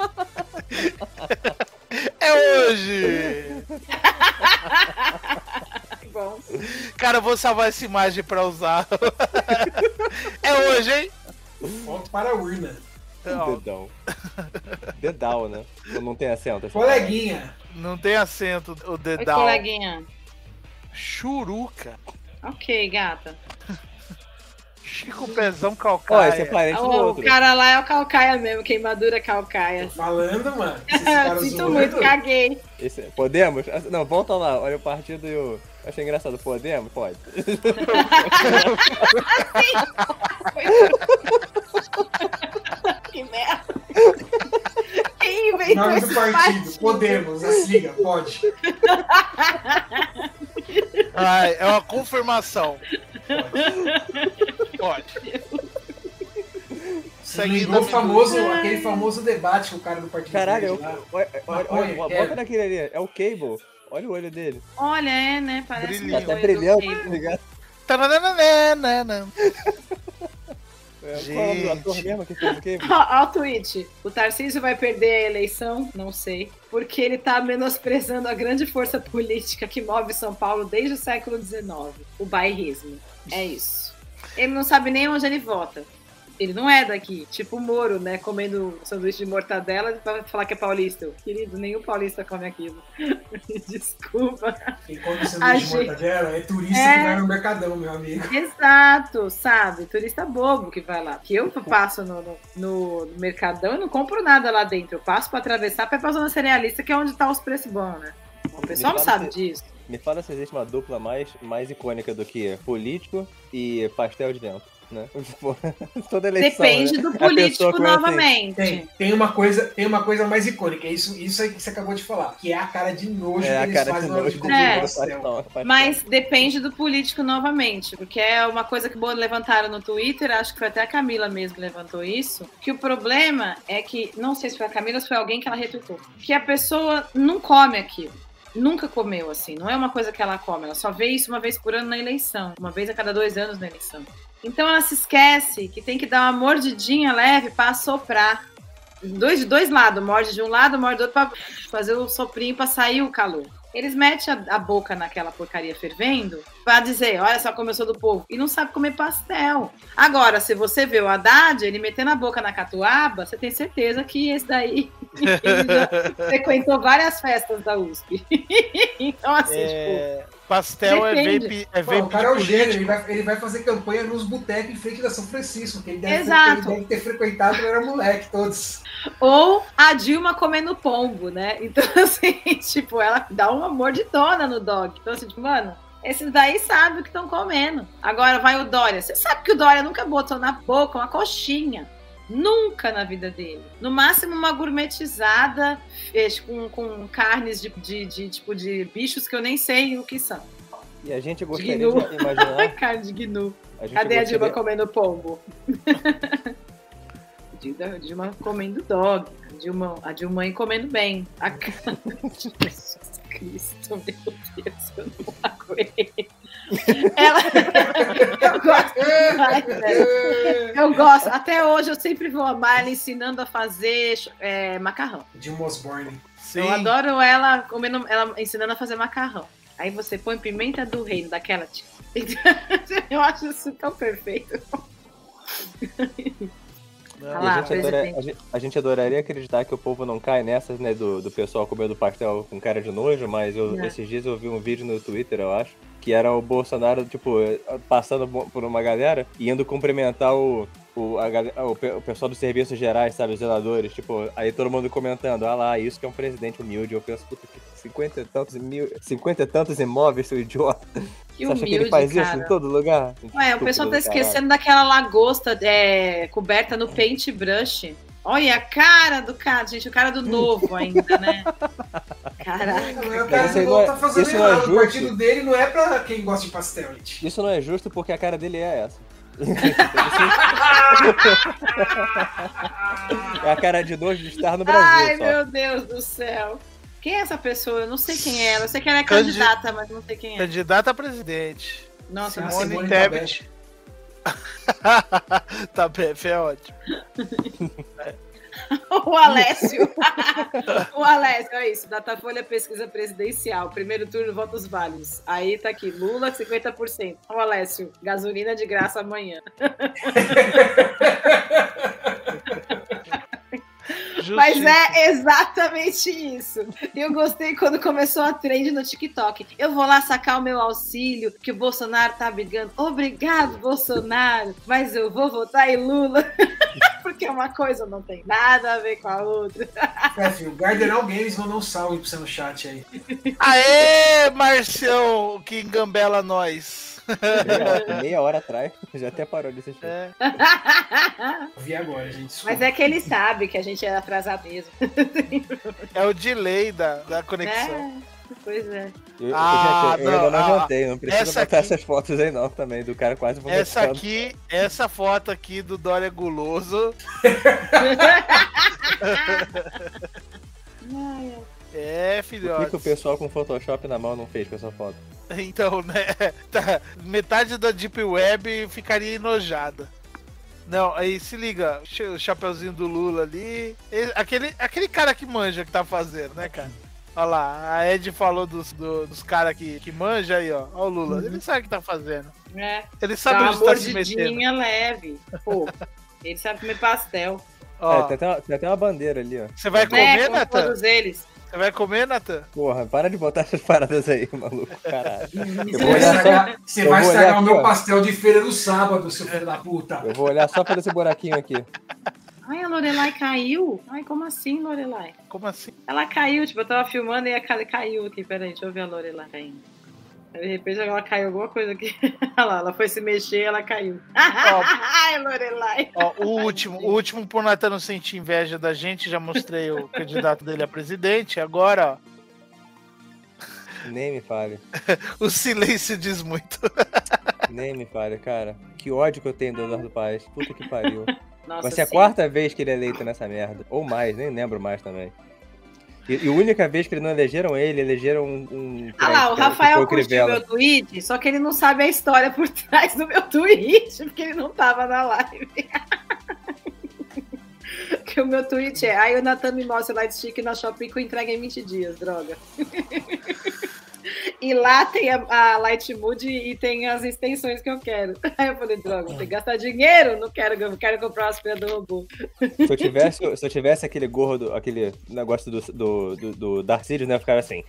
É hoje! Bom. Cara, eu vou salvar essa imagem pra usar. É hoje, hein? Ponto para a urna. Não, Dedão. Dedal, né? Não não tem acento. essa Coleguinha. não tem acento o Oi, dedal. coleguinha. Churuca. Ok, gata. Chico Pezão Ó, Calcaia. esse é parente do Oh, o outro. cara lá é o calcaia mesmo, queimadura calcaia. Falando, mano. Esses caras Sinto zoando. muito, caguei. Esse, podemos? Não, volta lá. Olha o partido e o... Achei engraçado. Podemos? Pode. Que merda. Quem inventou Nome do esse partido. Podemos, a sigla, pode. Ai, é uma confirmação. Pode. Você Seguindo lembrou a o famoso, aquele famoso debate com o cara do partido. Caralho, é o... Verde lá. olha, olha, olha, Maconha, bota é. naquele ali. É o Cable. Olha o olho dele. Olha, é, né? Parece Brilhinho. uma Tá coisa brilhando, do tá Cable. ligado? Tananana. É, qual é o nome do ator Gente. mesmo que fez o Cable? Ó, ó o tweet. O Tarcísio vai perder a eleição? Não sei. Porque ele tá menosprezando a grande força política que move São Paulo desde o século dezenove. O bairrismo. É isso. Ele não sabe nem onde ele vota. Ele não é daqui. Tipo o Moro, né? Comendo sanduíche de mortadela pra falar que é paulista. Querido, nenhum paulista come aquilo. Desculpa. Quem come sanduíche de Achei- mortadela é turista É. que vai no Mercadão, meu amigo. Exato, sabe? Turista bobo que vai lá. Que eu passo no, no, no- no Mercadão e não compro nada lá dentro. Eu passo pra atravessar pra ir pra zona cerealista, que é onde tá os preços bons, né? O pessoal não fala sabe se- disso. Me fala se existe uma dupla mais, mais icônica do que político e pastel de vento, né? Tipo, toda eleição, Depende né? do A pessoa político começa assim, novamente. Tem, tem, uma coisa, tem uma coisa mais icônica, é isso, isso aí que você acabou de falar, que é a cara de nojo É que a eles cara de fazem na hora nojo de do comer É. o pastel. pastel, pastel. Mas depende do político novamente, porque é uma coisa que boa levantaram no Twitter, acho que foi até a Camila mesmo que levantou isso, que o problema é que, não sei se foi a Camila ou se foi alguém que ela retweetou, que a pessoa não come aquilo. Nunca comeu assim, não é uma coisa que ela come, ela só vê isso uma vez por ano na eleição, uma vez a cada dois anos na eleição. Então ela se esquece que tem que dar uma mordidinha leve para assoprar. Dois de dois lados, morde de um lado, morde do outro para fazer o soprinho para sair o calor. Eles metem a, a boca naquela porcaria fervendo para dizer, olha só como eu sou do povo. E não sabe comer pastel. Agora, se você vê o Haddad, ele metendo a boca na catuaba, você tem certeza que esse daí ele já frequentou várias festas da U S P. Então, assim, tipo... É, pastel é Depende. vape, é Pô, vape o cara é o de gênio, político. ele vai, ele vai fazer campanha nos botecos em frente da São Francisco, que ele deve, ter, Exato. ele deve ter frequentado quando era moleque, todos. Ou a Dilma comendo pombo, né? Então, assim, tipo, ela dá uma mordidona no dog. Então, assim, tipo, mano, esses daí sabem o que estão comendo. Agora vai o Dória. Você sabe que o Dória nunca botou na boca uma coxinha. Nunca na vida dele. No máximo uma gourmetizada com, com carnes de, de, de, tipo, de bichos que eu nem sei o que são. E a gente gostaria Gnu. de imaginar. Carne de gnu. A gente Cadê a gostaria- Dilma comendo pombo? A Dilma comendo dog. A Dilma, a Dilma comendo bem. A cara de Jesus Cristo, meu Deus, eu não aguento. Ela... Eu gosto demais, velho. Eu gosto. Até hoje eu sempre vou amar ela ensinando a fazer é, macarrão. Dilma Osborne. Sim. Eu adoro ela comendo, ela ensinando a fazer macarrão. Aí você põe pimenta do reino, daquela tipo. Eu acho isso tão perfeito. Não, E Ah lá, a, gente adora- presidente. a gente- a gente adoraria acreditar que o povo não cai nessas, né, do, do pessoal comendo pastel com cara de nojo, mas eu- É. esses dias eu vi um vídeo no Twitter, eu acho, que era o Bolsonaro, tipo, passando por uma galera e indo cumprimentar o, o, a gal- o, pe- o pessoal dos serviços gerais, sabe, os zeladores, tipo, aí todo mundo comentando, ah lá, isso que é um presidente humilde. Eu penso, puta, que cinquenta e tantos, mil, cinquenta e tantos imóveis, seu idiota. Que Você acha que ele humilde, faz isso cara. em todo lugar? Ué, o pessoal tá Estúpido do caralho. esquecendo daquela lagosta é, coberta no paintbrush. Olha a cara do cara, gente, o cara do novo ainda, né? Caraca. Não, é o cara isso aí que não é- tá fazendo isso não é errado. O justo. partido dele não é pra quem gosta de pastel, gente. Isso não é justo porque a cara dele é essa. É a cara de nojo de estar no Brasil. Ai, só. meu Deus do céu. Quem é essa pessoa? Eu não sei quem é ela. Eu sei que ela é candidata, mas não sei quem é. Candidata a presidente. Nossa, Sim, não sei. Simone Simone Tebet. Tabef é ótimo. O Alessio. O Alessio, é isso. Datafolha Pesquisa Presidencial. Primeiro turno, votos válidos. Aí tá aqui, Lula, cinquenta por cento. O Alessio, gasolina de graça amanhã. Mas é exatamente isso. Eu gostei quando começou a trend no TikTok. Eu vou lá sacar o meu auxílio, que o Bolsonaro tá brigando. Obrigado, Bolsonaro. Mas eu vou votar em Lula. Porque uma coisa não tem nada a ver com a outra. É, filho, o Gardenal Games mandou um salve pra você no chat aí. Aê, Marcião, que engambela nós. Meia hora, meia hora atrás, já até parou de assistir. É. Vi agora, gente. Mas é que ele sabe que a gente é atrasado mesmo. É o delay da, da conexão. É, pois é. Eu, Ah, gente, eu ainda não não, ah, jantei, não precisa essa botar aqui- essas fotos aí não também, do cara quase vomitando. Essa aqui, essa foto aqui do Dória Guloso. Ai, É, O que, filhote. que o pessoal com Photoshop na mão não fez com essa foto? Então, né? Tá, metade da Deep Web ficaria enojada. Não, aí se liga, o chapeuzinho do Lula ali. Ele- Aquele, aquele cara que manja que tá fazendo, né, cara? Olha lá, a Ed falou dos, do- dos caras que, que manja aí, ó. Olha o Lula, ele sabe o que tá fazendo. é. Ele Dá sabe uma onde tá se metendo. mordidinha leve. Pô, ele sabe comer pastel. Ó, É, tem, até uma, tem até uma bandeira ali, ó. você vai É, comer, com Natan? todos eles. Você vai comer, Natan? Porra, para de botar essas paradas aí, maluco. Caralho. Você vou vai olhar estragar, você eu vai vou estragar olhar o meu aqui, ó. pastel de feira no sábado, seu filho da puta. Eu vou olhar só pra esse buraquinho aqui. Ai, a Lorelai caiu? Ai, como assim, Lorelai? Como assim? Ela caiu, tipo, eu tava filmando e a cara caiu aqui. Peraí, deixa eu ver a Lorelai caindo. Aí, de repente ela caiu alguma coisa aqui. Olha lá, ela foi se mexer e ela caiu. Ai, Lorelai. Ó, o último, o último pro Natan não sentir inveja da gente, já mostrei o candidato dele a presidente. Agora, ó, Nem me fale. o silêncio diz muito. Nem me fale, cara. Que ódio que eu tenho do Eduardo Paes. Puta que pariu. Nossa, Vai ser a sim. quarta vez que ele é eleito nessa merda. Ou mais, nem lembro mais também. E, e a única vez que eles não elegeram ele, elegeram um. um Ah lá, o que era- que foi Rafael o curtiu Crivella. meu tweet, só que ele não sabe a história por trás do meu tweet, porque ele não tava na live. Que o meu tweet é: aí o Natan me mostra o Lightstick na Shopee com entrega em vinte dias, droga. E lá tem a, a Light Mood e tem as extensões que eu quero. Aí eu falei, droga, tem que gastar dinheiro? Não quero, eu quero comprar as coisas do robô. Se eu tivesse, se eu tivesse aquele gorro, aquele negócio do, do, do, do Darcídio, né? Eu ficava assim.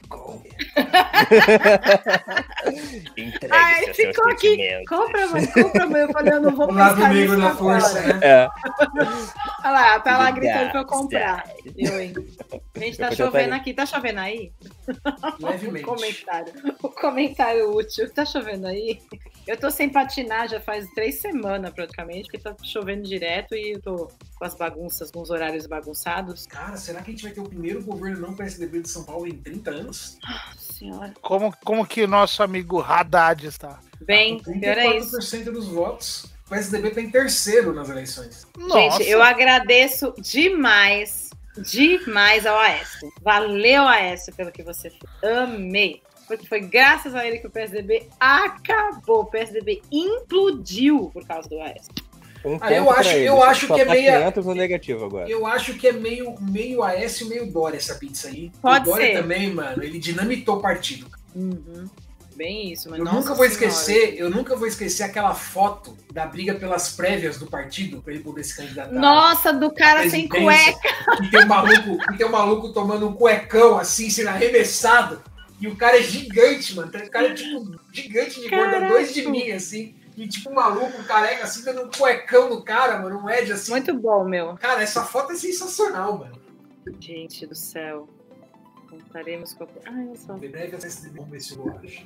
Entregue Ai, seus ficou aqui. sentimentos. Compra, mãe, compra, mãe. Eu falei, eu não vou O lado buscar negro isso da agora. força, né? É. Olha lá, tá lá The gritando pra eu dark comprar. side. Eu, hein? Gente, tá Eu podia chovendo tá- aqui. Tá chovendo aí? O Levemente. comentário. O comentário útil. Tá chovendo aí? Eu tô sem patinar já faz três semanas praticamente, porque tá chovendo direto e eu tô com as bagunças, com os horários bagunçados. Cara, será que a gente vai ter o primeiro governo não P S D B de São Paulo em trinta anos? Nossa senhora. Como, como que o nosso amigo Haddad está? Bem, Com pior é trinta e quatro isso. por cento dos votos. O P S D B tá em terceiro nas eleições. Nossa, Gente, eu agradeço demais, demais ao Aécio. Valeu, Aécio, pelo que você fez. Amei. Porque foi graças a ele que o P S D B acabou. O P S D B implodiu por causa do Aécio. Um Ah, eu ponto pra acho- ele, eu acho só que é tá meia- quinhentos no negativo agora. Eu acho que é meio, meio Aécio, meio Dória essa pizza aí. Pode o Dória ser. também, mano, ele dinamitou o partido. Uhum. Bem isso, mas Eu nossa nunca vou senhora. esquecer, eu nunca vou esquecer aquela foto da briga pelas prévias do partido pra ele poder se candidatar. Nossa, do cara sem presidência, cueca. E tem um maluco, e tem um maluco tomando um cuecão assim, sendo arremessado. E o cara é gigante, mano. O cara é tipo gigante de gordo, Caraca. dois de mim, assim. E tipo um maluco, um careca, assim, dando um cuecão no cara, mano. Um Ed assim. Muito bom, meu. Cara, essa foto é sensacional, mano. Gente do céu. Contaremos com... Ai, olha só. Breve P S D B, vamos ver se eu acho.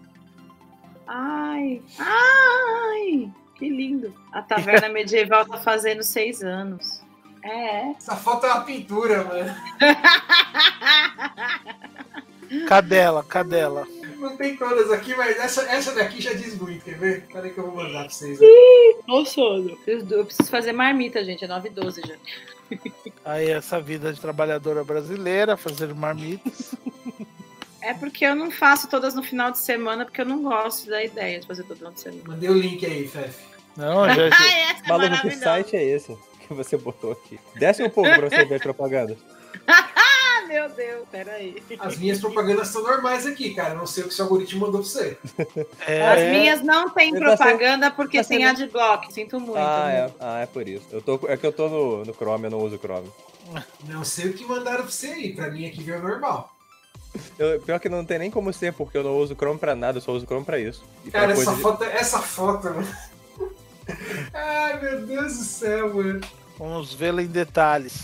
Ai, ai, que lindo. A taverna medieval tá fazendo seis anos. É. Essa foto é uma pintura, mano. cadela, cadela. Não tem todas aqui, mas essa, essa daqui já diz muito, quer ver? Peraí que eu vou mandar pra vocês. Né? Ô, sono. Eu preciso fazer marmita, gente. É nove e doze já. Aí essa vida de trabalhadora brasileira, fazer marmitas. É porque eu não faço todas no final de semana, porque eu não gosto da ideia de fazer todas no final de semana. Mandei o link aí, Fefe. Não, já... Ai, essa é Maluco, que maravilhosa. site é esse que você botou aqui? Desce um pouco pra você ver a propaganda. Ah, meu Deus. Pera aí. As minhas propagandas são normais aqui, cara. Não sei o que seu algoritmo mandou pra você. É, As minhas não tem Tá propaganda porque tá tem sendo- adblock. Sinto muito. Ah, né? é. Ah, é por isso. Eu tô, é que eu tô no, no Chrome, eu não uso Chrome. Não sei o que mandaram pra você aí. Pra mim aqui veio normal. Eu, pior que não tem nem como ser, porque eu não uso Chrome pra nada, eu só uso Chrome pra isso. E pra Cara, essa coisa de- foto, essa foto, mano. Ai, meu Deus do céu, mano. Vamos vê-la em detalhes.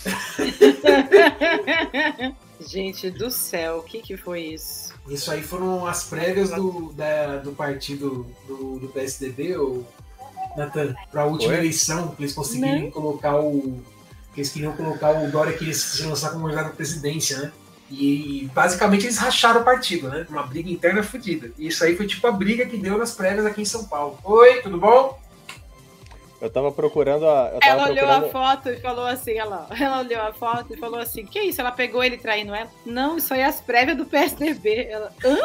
Gente do céu, o que que foi isso? Isso aí foram as prévias do, da- do partido do, do P S D B, ou Nathan, pra última Oi? eleição, que eles conseguiram colocar o. Que eles queriam colocar o Dória que eles se lançar como candidato à presidência, né? E, e basicamente eles racharam o partido, né? Uma briga interna fodida. E isso aí foi tipo a briga que deu nas prévias aqui em São Paulo. Oi, tudo bom? Eu tava procurando a. Eu tava Ela olhou procurando... a foto e falou assim, olha lá. Ela olhou a foto e falou assim, que isso? Ela pegou ele traindo ela? Não, isso aí é as prévias do P S D B. Ela, hã?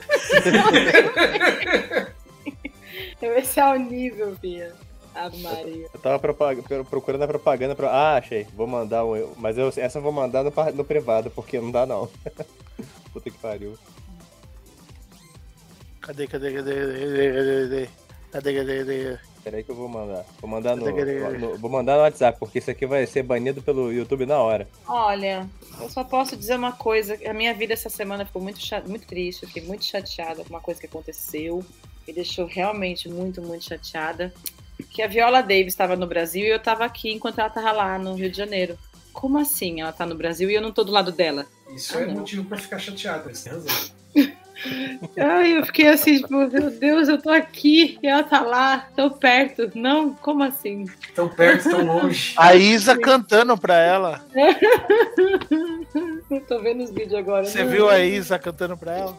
Esse é o nível, Pia. Ave Maria. Eu tava propag... procurando a propaganda pra. Ah, achei. Vou mandar um. Mas eu... essa eu vou mandar no, par- no privado, porque não dá não. Puta que pariu. Cadê, cadê, cadê, cadê, cadê, cadê, cadê, cadê? Peraí que eu vou mandar. Vou mandar no, no- Vou mandar no WhatsApp, porque isso aqui vai ser banido pelo YouTube na hora. Olha, eu só posso dizer uma coisa. A minha vida essa semana ficou muito, cha- muito triste. Eu fiquei muito chateada com uma coisa que aconteceu. Me deixou realmente muito, muito chateada. Que a Viola Davis estava no Brasil e eu estava aqui enquanto ela estava lá no Rio de Janeiro. Como assim ela tá no Brasil e eu não tô do lado dela? Isso Ah, é não. motivo pra ficar chateado, você tem razão. Ai, eu fiquei assim, tipo, meu Deus, eu tô aqui e ela tá lá, tão perto. Não, como assim? Tão perto, tão longe. A Isa cantando pra ela. Eu tô vendo os vídeos agora. Você Não. viu a Isa cantando pra ela?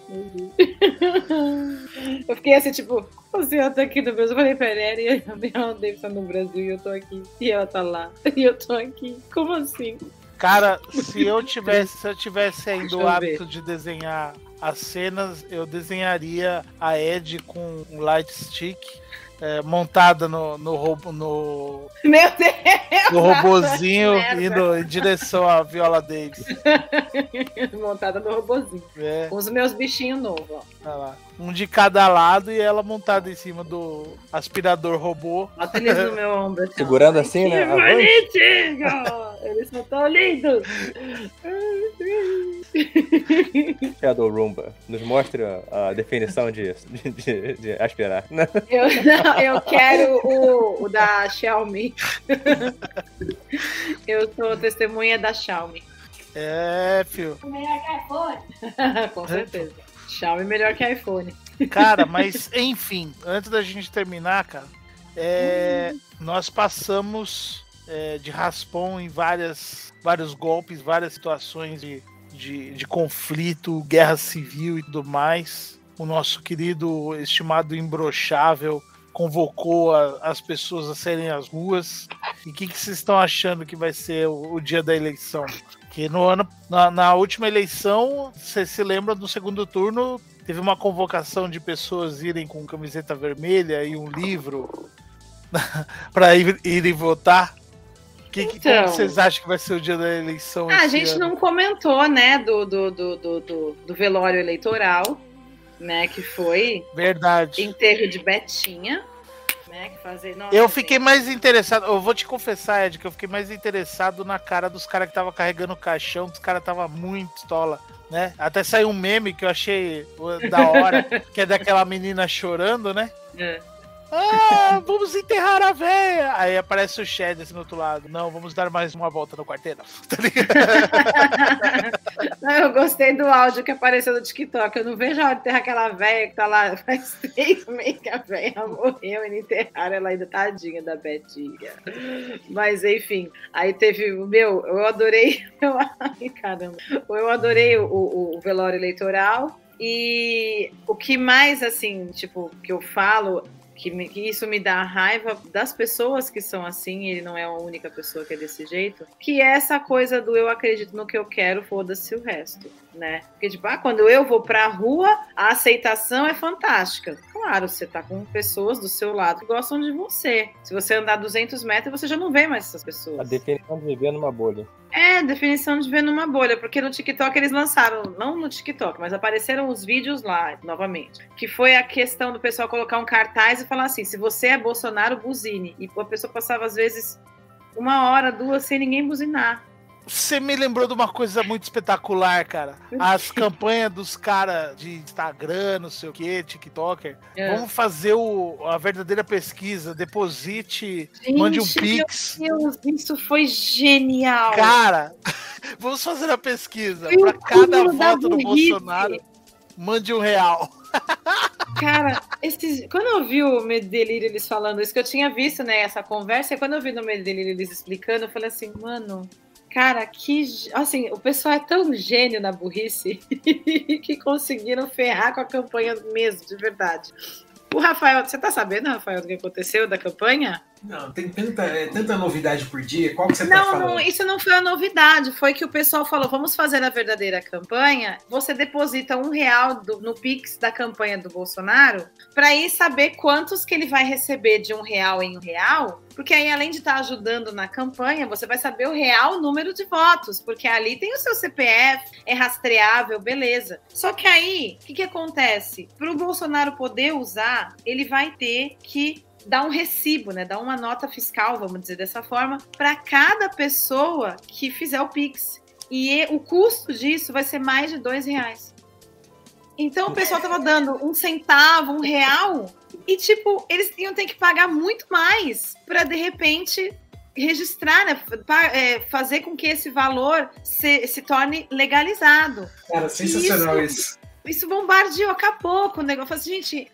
Eu fiquei assim, tipo, como assim ela tá aqui no Brasil? Eu falei pra ela, e a Viola Davis tá no Brasil e eu tô aqui. E ela tá lá, e eu tô aqui. Como assim? Cara, se eu tivesse, se eu tivesse ainda Deixa o eu hábito de desenhar as cenas, eu desenharia a Ed com um light stick é, montada no, no, robô, no, Meu Deus! no robozinho Merda. indo em direção à Viola Davis. Montada no robozinho. É, Com os meus bichinhos novos, ó. olha lá. Um de cada lado e ela montada em cima do aspirador robô. Bota eles no meu ombro. assim, ó. Segurando assim, né? Que Avante. bonitinho! Eles são tão lindos! Shadow Roomba. Nos mostra a definição de, de, de, de aspirar. Eu, não, eu quero o, o da Xiaomi. Eu sou testemunha da Xiaomi. É, fio. Melhor que iPhone. Com certeza. Xiaomi melhor que iPhone. Cara, mas enfim, antes da gente terminar, cara, é, nós passamos é, de raspão em várias, vários golpes, várias situações de, de, de conflito, guerra civil e tudo mais. O nosso querido, estimado imbrochável, convocou a- as pessoas a saírem às ruas. E o que, que vocês estão achando que vai ser o, o dia da eleição? Que no ano, na, na última eleição, vocês se lembram do segundo turno, teve uma convocação de pessoas irem com camiseta vermelha e um livro para ir, irem votar. Que, que, Então. como vocês acham que vai ser o dia da eleição? Ah, a esse gente ano? não comentou, né, do, do, do, do, do, do velório eleitoral, né, que foi Verdade. enterro de Betinha, né, que fazer... Nossa, Eu fiquei gente. mais interessado, eu vou te confessar, Ed, que eu fiquei mais interessado na cara dos caras que estavam carregando o caixão, que os caras estavam muito tola, né? Até saiu um meme que eu achei uh, da hora, que é daquela menina chorando, né? É. Ah, vamos enterrar a véia! Aí aparece o Shed assim do outro lado. Não, vamos dar mais uma volta no quarteirão. Tá ligado? Não, eu gostei do áudio que apareceu no TikTok. Eu não vejo a hora de ter aquela velha que tá lá faz três meses que a velha morreu e não enterraram ela ainda, tadinha da Betinha. Mas enfim, aí teve o meu, eu adorei. Eu, ai, caramba. Eu adorei o, o, o velório eleitoral. E o que mais, assim, tipo, que eu falo, que, me, que isso me dá raiva das pessoas que são assim, ele não é a única pessoa que é desse jeito, que é essa coisa do eu acredito no que eu quero, foda-se o resto, né? Porque, tipo, ah, quando eu vou pra rua, a aceitação é fantástica. Claro, você tá com pessoas do seu lado que gostam de você. Se você andar duzentos metros, você já não vê mais essas pessoas. A definição de viver numa bolha. É, definição de ver numa bolha, porque no TikTok eles lançaram, não no TikTok, mas apareceram os vídeos lá, novamente, que foi a questão do pessoal colocar um cartaz e falar assim, se você é Bolsonaro, buzine. E a pessoa passava, às vezes, uma hora, duas, sem ninguém buzinar. Você me lembrou de uma coisa muito espetacular, cara. As campanhas dos caras de Instagram, não sei o que, TikToker. É. Vamos fazer o, a verdadeira pesquisa. Deposite, gente, mande um pix. Meu Deus, isso foi genial. Cara, vamos fazer a pesquisa. Para cada voto do Bolsonaro, mande um real. Cara, esses, quando eu vi o Medo e Delírio eles falando isso, que eu tinha visto, né, essa conversa, e quando eu vi no Medo e Delírio eles explicando, eu falei assim, mano... Cara, que... Assim, o pessoal é tão gênio na burrice que conseguiram ferrar com a campanha mesmo, de verdade. O Rafael... Você tá sabendo, Rafael, do que aconteceu da campanha? Não, tem tanta, é, tanta novidade por dia. Qual que você não, tá falando? Não, isso não foi a novidade. Foi que o pessoal falou, vamos fazer a verdadeira campanha. Você deposita um real do, no Pix da campanha do Bolsonaro para ir saber quantos que ele vai receber de um real em um real. Porque aí, além de estar ajudando na campanha, você vai saber o real número de votos. Porque ali tem o seu C P F, é rastreável, beleza. Só que aí, o que, que acontece? Para o Bolsonaro poder usar, ele vai ter que dar um recibo, né? Dar uma nota fiscal, vamos dizer dessa forma, para cada pessoa que fizer o Pix. E o custo disso vai ser mais de dois reais. Então o pessoal tava dando um centavo, um real, e tipo, eles iam ter que pagar muito mais para de repente registrar, né? Fazer com que esse valor se, se torne legalizado. Cara, sensacional isso. Isso, isso bombardeou, acabou com o negócio. Assim, gente...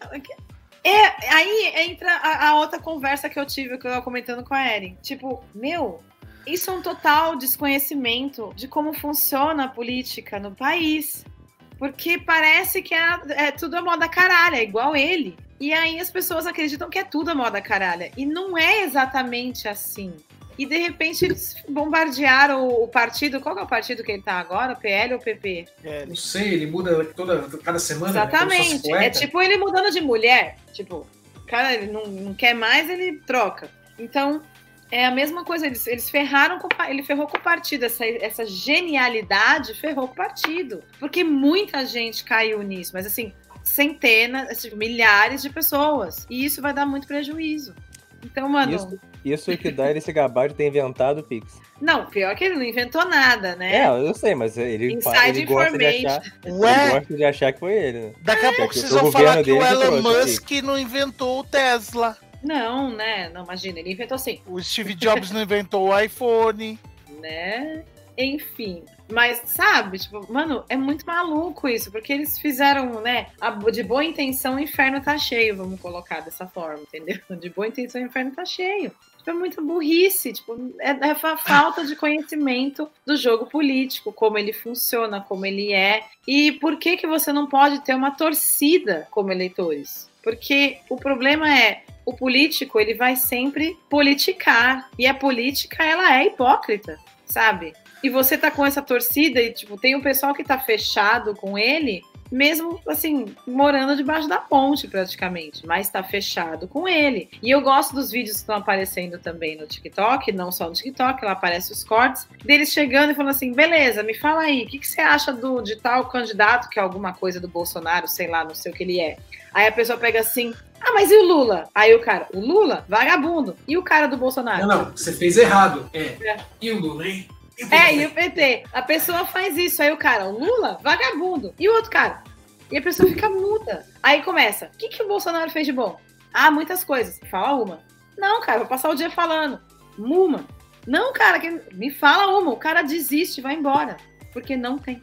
É, aí entra a, a outra conversa que eu tive, que eu tava comentando com a Erin. Tipo, meu, isso é um total desconhecimento de como funciona a política no país. Porque parece que é, é tudo a moda caralha, é igual ele. E aí as pessoas acreditam que é tudo a moda caralha. E não é exatamente assim. E de repente eles bombardearam o, o partido. Qual que é o partido que ele tá agora? P L ou P P? É, não sei, ele muda toda, cada semana. Exatamente. Né? É tipo ele mudando de mulher. Tipo, o cara ele não, não quer mais, ele troca. Então, é a mesma coisa. Eles, eles ferraram com ele ferrou com o partido. Essa, essa genialidade ferrou com o partido. Porque muita gente caiu nisso. Mas assim, centenas, assim, milhares de pessoas. E isso vai dar muito prejuízo. Então, mano... Isso, isso é que dá ele se gabar de ter inventado o Pix. Não, pior que ele não inventou nada, né? É, eu sei, mas ele, Inside ele, gosta, de achar, Ué? ele gosta de achar que foi ele, né? Daqui a é, pouco que vocês vão falar que o Elon Musk assim. não inventou o Tesla. Não, né? Não, imagina, ele inventou sim. O Steve Jobs não inventou o iPhone. Né? Enfim... Mas, sabe, tipo, mano, é muito maluco isso, porque eles fizeram, né, de boa intenção o inferno tá cheio, vamos colocar dessa forma, entendeu? De boa intenção o inferno tá cheio. Tipo, é muita burrice, tipo, é, é a falta de conhecimento do jogo político, como ele funciona, como ele é, e por que que você não pode ter uma torcida como eleitores? Porque o problema é, o político, ele vai sempre politicar, e a política, ela é hipócrita, sabe? E você tá com essa torcida e, tipo, tem um pessoal que tá fechado com ele, mesmo, assim, morando debaixo da ponte, praticamente, mas tá fechado com ele. E eu gosto dos vídeos que estão aparecendo também no TikTok, não só no TikTok, lá aparecem os cortes, deles chegando e falando assim, beleza, me fala aí, o que, que você acha do, de tal candidato, que é alguma coisa do Bolsonaro, sei lá, não sei o que ele é. Aí a pessoa pega assim, ah, mas e o Lula? Aí o cara, o Lula? Vagabundo. E o cara do Bolsonaro? Não, não, você fez errado. É. é. E o Lula, hein? É, e o P T. A pessoa faz isso. Aí o cara, o Lula, vagabundo. E o outro cara? E a pessoa fica muda. Aí começa. O que, que o Bolsonaro fez de bom? Ah, muitas coisas. Fala uma. Não, cara, vou passar o dia falando. Uma. Não, cara, que... me fala uma. O cara desiste, vai embora. Porque não tem.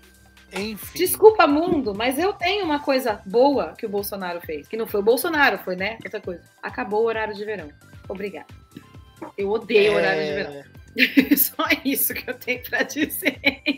Enfim. Desculpa, mundo, mas eu tenho uma coisa boa que o Bolsonaro fez. Que não foi o Bolsonaro, foi, né? Outra coisa. Acabou o horário de verão. Obrigada. Eu odeio o é... horário de verão. Só isso que eu tenho pra dizer.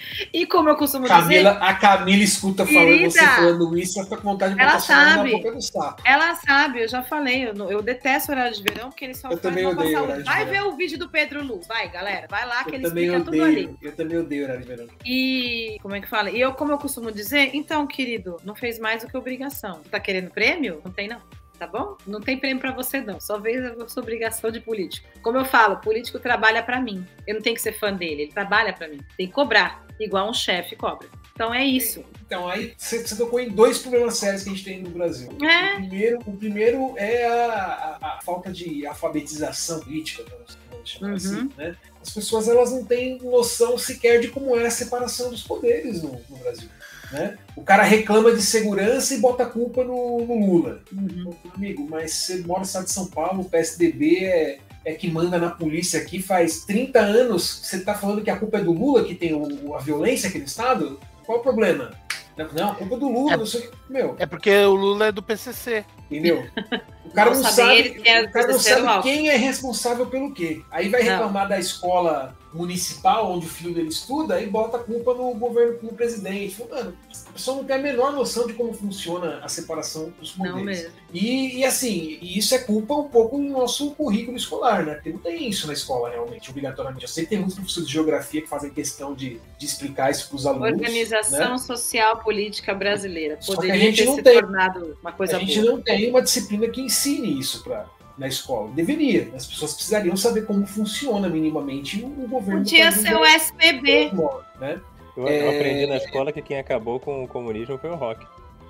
E como eu costumo Camila, dizer... A Camila escuta falando Querida, você falando isso, ela fica com vontade de ela botar sua mão sabe. na boca do saco. Ela sabe, eu já falei, eu, não- eu detesto horário de verão, porque eles só Eu também fazem uma odeio saúde. horário de Vai verão. ver o vídeo do Pedro Luz, vai, galera, vai lá que Eu ele também explica tudo ali. odeio, eu também odeio horário de verão. E como é que fala? E eu, como eu costumo dizer, então, querido, não fez mais do que obrigação. Tá querendo prêmio? Não tem, não. Tá bom? Não tem prêmio pra você, não. Só fez a sua obrigação de político. Como eu falo, político trabalha pra mim. Eu não tenho que ser fã dele, ele trabalha pra mim. Tem que cobrar, igual um chefe cobra. Então é isso. Então, aí você, você tocou em dois problemas sérios que a gente tem no Brasil. É. O, primeiro, o primeiro é a, a- a falta de alfabetização política, vamos vamos chamar Uhum. assim, né? As pessoas elas não têm noção sequer de como é a separação dos poderes no, no Brasil. Né? O cara reclama de segurança e bota a culpa no, no Lula. Uhum. Amigo, mas você mora no estado de São Paulo, o P S D B é, é que manda na polícia aqui faz trinta anos. Você tá falando que a culpa é do Lula, que tem o, a violência aqui no estado? Qual o problema? Não, a culpa é do Lula, É- não sei o que. Meu, É porque o Lula é do P C C. entendeu? O cara Não não, sabe sabe, ele quem é o cara não terceiro sabe alvo. quem é responsável pelo quê. Aí vai Não. reclamar da escola municipal onde o filho dele estuda e bota a culpa no governo, no presidente. Fala, mano, a pessoa não tem a menor noção de como funciona a separação dos poderes. Não mesmo. E, e assim, e isso é culpa um pouco do nosso currículo escolar, né? Porque não tem isso na escola realmente, obrigatoriamente. Eu sei que tem muitos professores de geografia que fazem questão de, de explicar isso para os alunos. Organização né? Social Política Brasileira. Só que a Poderia gente ter não se tem. tornado uma coisa A gente boa. não tem uma disciplina que ensine isso pra, na escola. Deveria. As pessoas precisariam saber como funciona minimamente o governo. Podia do país ser o S P B. onde mora, né? Eu, eu aprendi na escola que quem acabou com o comunismo foi o rock.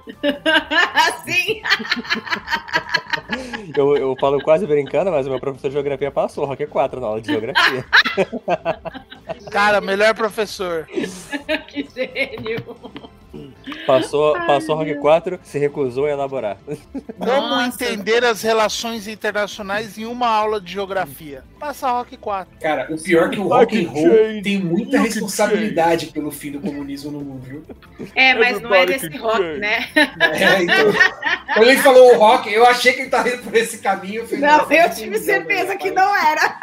Sim. Eu, eu falo quase brincando, mas o meu professor de geografia passou rock quatro na aula de geografia. Cara, melhor professor. Que gênio. Passou, passou rock quatro, se recusou a elaborar. Como Nossa. entender as relações internacionais em uma aula de geografia? Passa Rock quatro. Cara, o pior é que o rock and roll tem muita responsabilidade pelo fim do comunismo no mundo, viu? É, mas não é desse rock, né? É, então, quando ele falou o rock, eu achei que ele tava indo por esse caminho. falei, Não, nossa, eu que tive visão, certeza meu que pai. não era.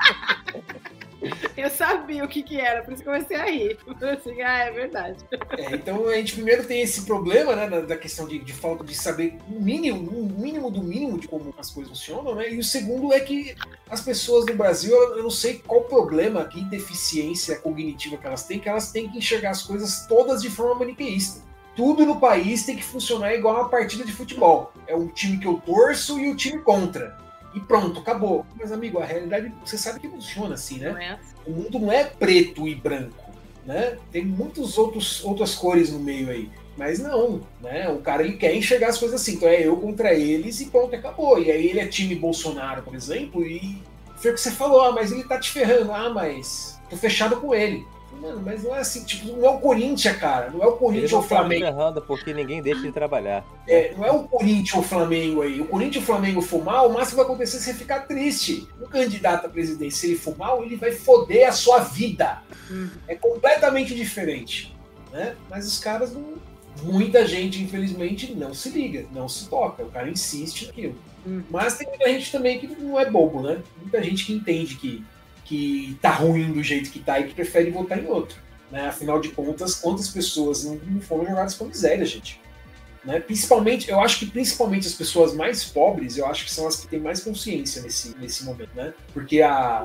Eu sabia o que que era, por isso que eu comecei a rir. Eu falei assim, ah, é verdade. É, então a gente primeiro tem esse problema, né, da, da questão de, de falta de saber o mínimo, o mínimo do mínimo de como as coisas funcionam, né? E o segundo é que as pessoas no Brasil, eu eu não sei qual problema, que deficiência cognitiva que elas têm, que elas têm que enxergar as coisas todas de forma maniqueísta. Tudo no país tem que funcionar igual uma partida de futebol. É o time que eu torço e o time contra. E pronto, acabou. Mas, amigo, a realidade, você sabe que funciona assim, né? Não é assim. O mundo não é preto e branco, né? Tem muitas outras cores no meio aí. Mas não, né? O cara ele quer enxergar as coisas assim. Então é eu contra eles e pronto, acabou. E aí ele é time Bolsonaro, por exemplo, e foi o que você falou, ah, mas ele tá te ferrando. Ah, mas tô fechado com ele. Mano, mas não é assim, tipo, não é o Corinthians, cara. Não é o Ele Corinthians ou não o tá me Flamengo. ferrando porque ninguém deixa de trabalhar. É, não é o Corinthians ou o Flamengo aí. O Corinthians ou o Flamengo for mal, o máximo que vai acontecer é você ficar triste. O candidato à presidência, se ele for mal, ele vai foder a sua vida. Uhum. É completamente diferente. Né? Mas os caras, não, muita gente, infelizmente, não se liga, não se toca. O cara insiste naquilo. Uhum. Mas tem muita gente também que não é bobo, né? Muita gente que entende que, que tá ruim do jeito que tá e que prefere votar em outro. Né? Afinal de contas, quantas pessoas não, não foram jogadas com miséria, gente? Né? Principalmente, eu acho que principalmente as pessoas mais pobres, eu acho que são as que têm mais consciência nesse, nesse momento, né? Porque a,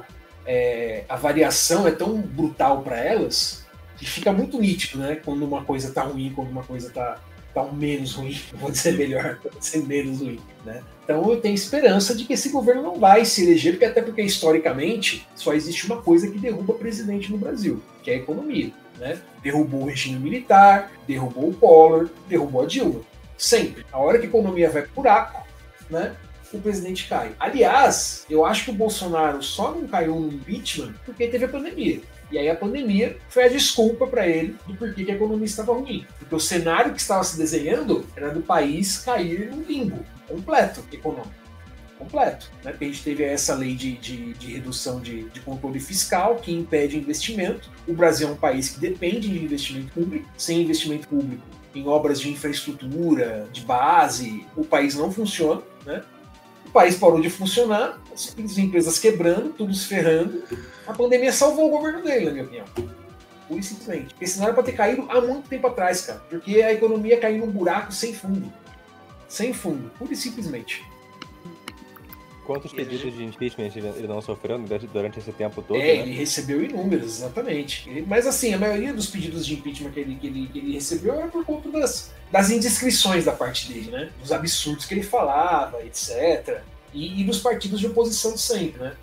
é, a variação é tão brutal para elas que fica muito nítido, né? Quando uma coisa tá ruim, quando uma coisa tá, tá um menos ruim, vou dizer melhor, vou dizer menos ruim, né? Então eu tenho esperança de que esse governo não vai se eleger, porque até porque historicamente só existe uma coisa que derruba presidente no Brasil, que é a economia. Né? Derrubou o regime militar, derrubou o Collor, derrubou a Dilma. Sempre. A hora que a economia vai pro buraco, né, o presidente cai. Aliás, eu acho que o Bolsonaro só não caiu no impeachment porque teve a pandemia. E aí a pandemia foi a desculpa para ele do porquê que a economia estava ruim. Porque o cenário que estava se desenhando era do país cair num limbo completo econômico. Completo. Né? Porque a gente teve essa lei de, de, de redução de, de controle fiscal que impede investimento. O Brasil é um país que depende de investimento público. Sem investimento público em obras de infraestrutura, de base, o país não funciona. Né? O país parou de funcionar, as empresas quebrando, tudo se ferrando. A pandemia salvou o governo dele, na minha opinião. pura e simplesmente. Porque senão era pra ter caído há muito tempo atrás, cara. Porque a economia caiu num buraco sem fundo. Sem fundo, pura e simplesmente. Quantos pedidos de impeachment ele não sofreu durante esse tempo todo? É, né? ele recebeu inúmeros, exatamente. Ele, mas assim, a maioria dos pedidos de impeachment que ele, que ele, que ele recebeu era por conta das, das indiscrições da parte dele, né? Dos absurdos que ele falava, etcétera. E, e dos partidos de oposição de sempre, né?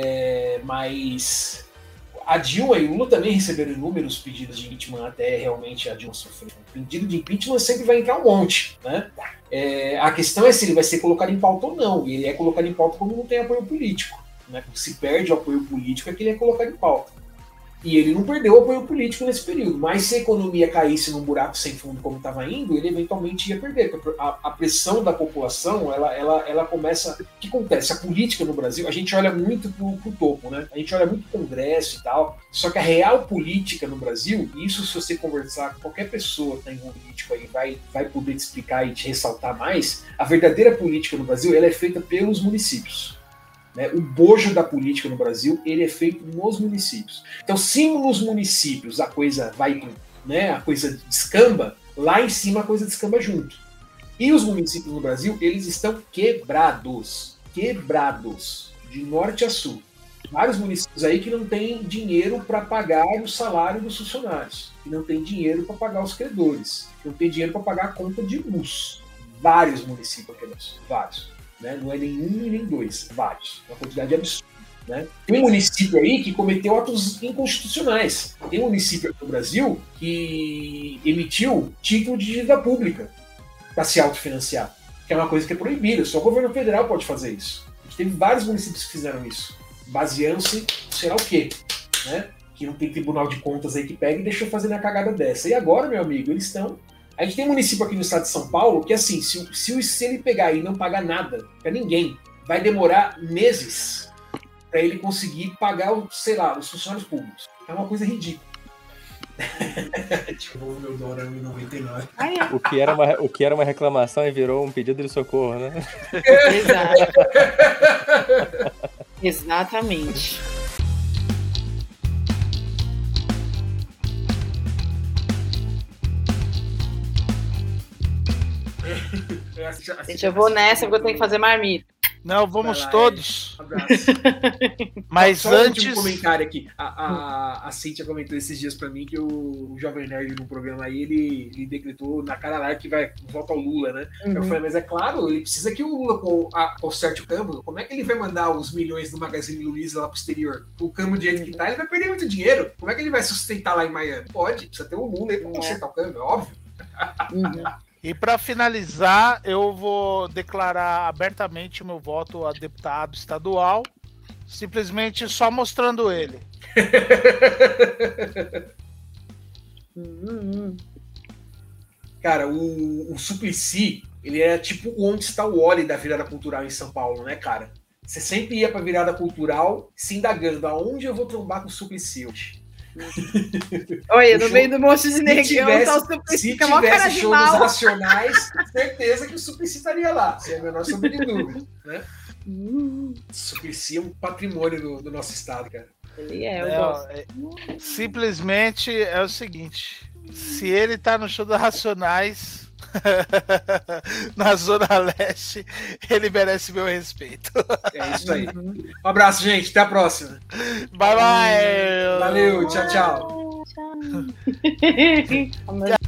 É, mas a Dilma e o Lula também receberam inúmeros pedidos de impeachment até realmente a Dilma sofrer. O pedido de impeachment sempre vai entrar um monte, né? É, a questão é se ele vai ser colocado em pauta ou não. E ele é colocado em pauta quando não tem apoio político, né? Se perde o apoio político é que ele é colocado em pauta. E ele não perdeu o apoio político nesse período. Mas se a economia caísse num buraco sem fundo como estava indo, ele eventualmente ia perder. Porque a, a pressão da população, ela, ela, ela começa... O que acontece? A política no Brasil, a gente olha muito pro, pro topo, né? A gente olha muito pro Congresso e tal. Só que a real política no Brasil, e isso se você conversar com qualquer pessoa que está envolvida em político aí, vai, vai poder te explicar e te ressaltar mais, a verdadeira política no Brasil, ela é feita pelos municípios. Né? O bojo da política no Brasil, ele é feito nos municípios. Então, se nos municípios a coisa vai, né, a coisa descamba, lá em cima a coisa descamba junto. E os municípios no Brasil, eles estão quebrados. Quebrados. De norte a sul. Vários municípios aí que não têm dinheiro para pagar o salário dos funcionários. Que não tem dinheiro para pagar os credores. Que não tem dinheiro para pagar a conta de luz. Vários municípios quebrados. Vários. Né? Não é nenhum e nem dois, vários. Uma quantidade absurda. Né? Tem um município aí que cometeu atos inconstitucionais. Tem um município aqui no Brasil que emitiu título de dívida pública para se autofinanciar, que é uma coisa que é proibida. Só o governo federal pode fazer isso. A gente teve vários municípios que fizeram isso, baseando-se em sei lá o quê, né? Que não tem tribunal de contas aí que pega e deixou fazer na cagada dessa. E agora, meu amigo, eles estão... A gente tem um município aqui no estado de São Paulo que, assim, se, se, se ele pegar e não pagar nada para ninguém, vai demorar meses para ele conseguir pagar, sei lá, os funcionários públicos. É uma coisa ridícula. Tipo o meu Dorama em noventa e nove. O que, era uma, o que era uma reclamação e virou um pedido de socorro, né? Exato. Exatamente. Gente, eu vou nessa porque eu tenho que fazer marmita. Não, vamos lá, todos. Um abraço. Mas só, só antes. Um último comentário aqui. A, a, a Cíntia comentou esses dias pra mim que o, o Jovem Nerd no programa aí, ele, ele decretou na cara lá que vai volta ao Lula, né? Uhum. Eu falei, mas é claro, ele precisa que o Lula conserte o câmbio. Como é que ele vai mandar os milhões do Magazine Luiza lá pro exterior? O câmbio do jeito que tá, ele vai perder muito dinheiro. Como é que ele vai sustentar lá em Miami? Pode, precisa ter o Lula aí pra consertar o câmbio, é óbvio. Uhum. E para finalizar, eu vou declarar abertamente o meu voto a deputado estadual, simplesmente só mostrando ele. Cara, o, o Suplicy, ele era tipo onde está o Oli da virada cultural em São Paulo, né, cara? Você sempre ia pra virada cultural se indagando aonde eu vou trombar com o Suplicy hoje. Olha, no meio do monte de negão, tivesse, tá o Suplicy se com a maior cara tivesse de show mal. dos Nacionais, certeza que o Suplicy estaria lá, sem a menor sombra de dúvida, né? O Suplicy é um patrimônio do, do nosso estado, cara. Ele é, eu É, gosto. é, simplesmente é o seguinte: se ele tá no show dos Racionais na Zona Leste, ele merece meu respeito. É isso aí. Um abraço, gente. Até a próxima. Bye, bye. Valeu, tchau, tchau. Tchau.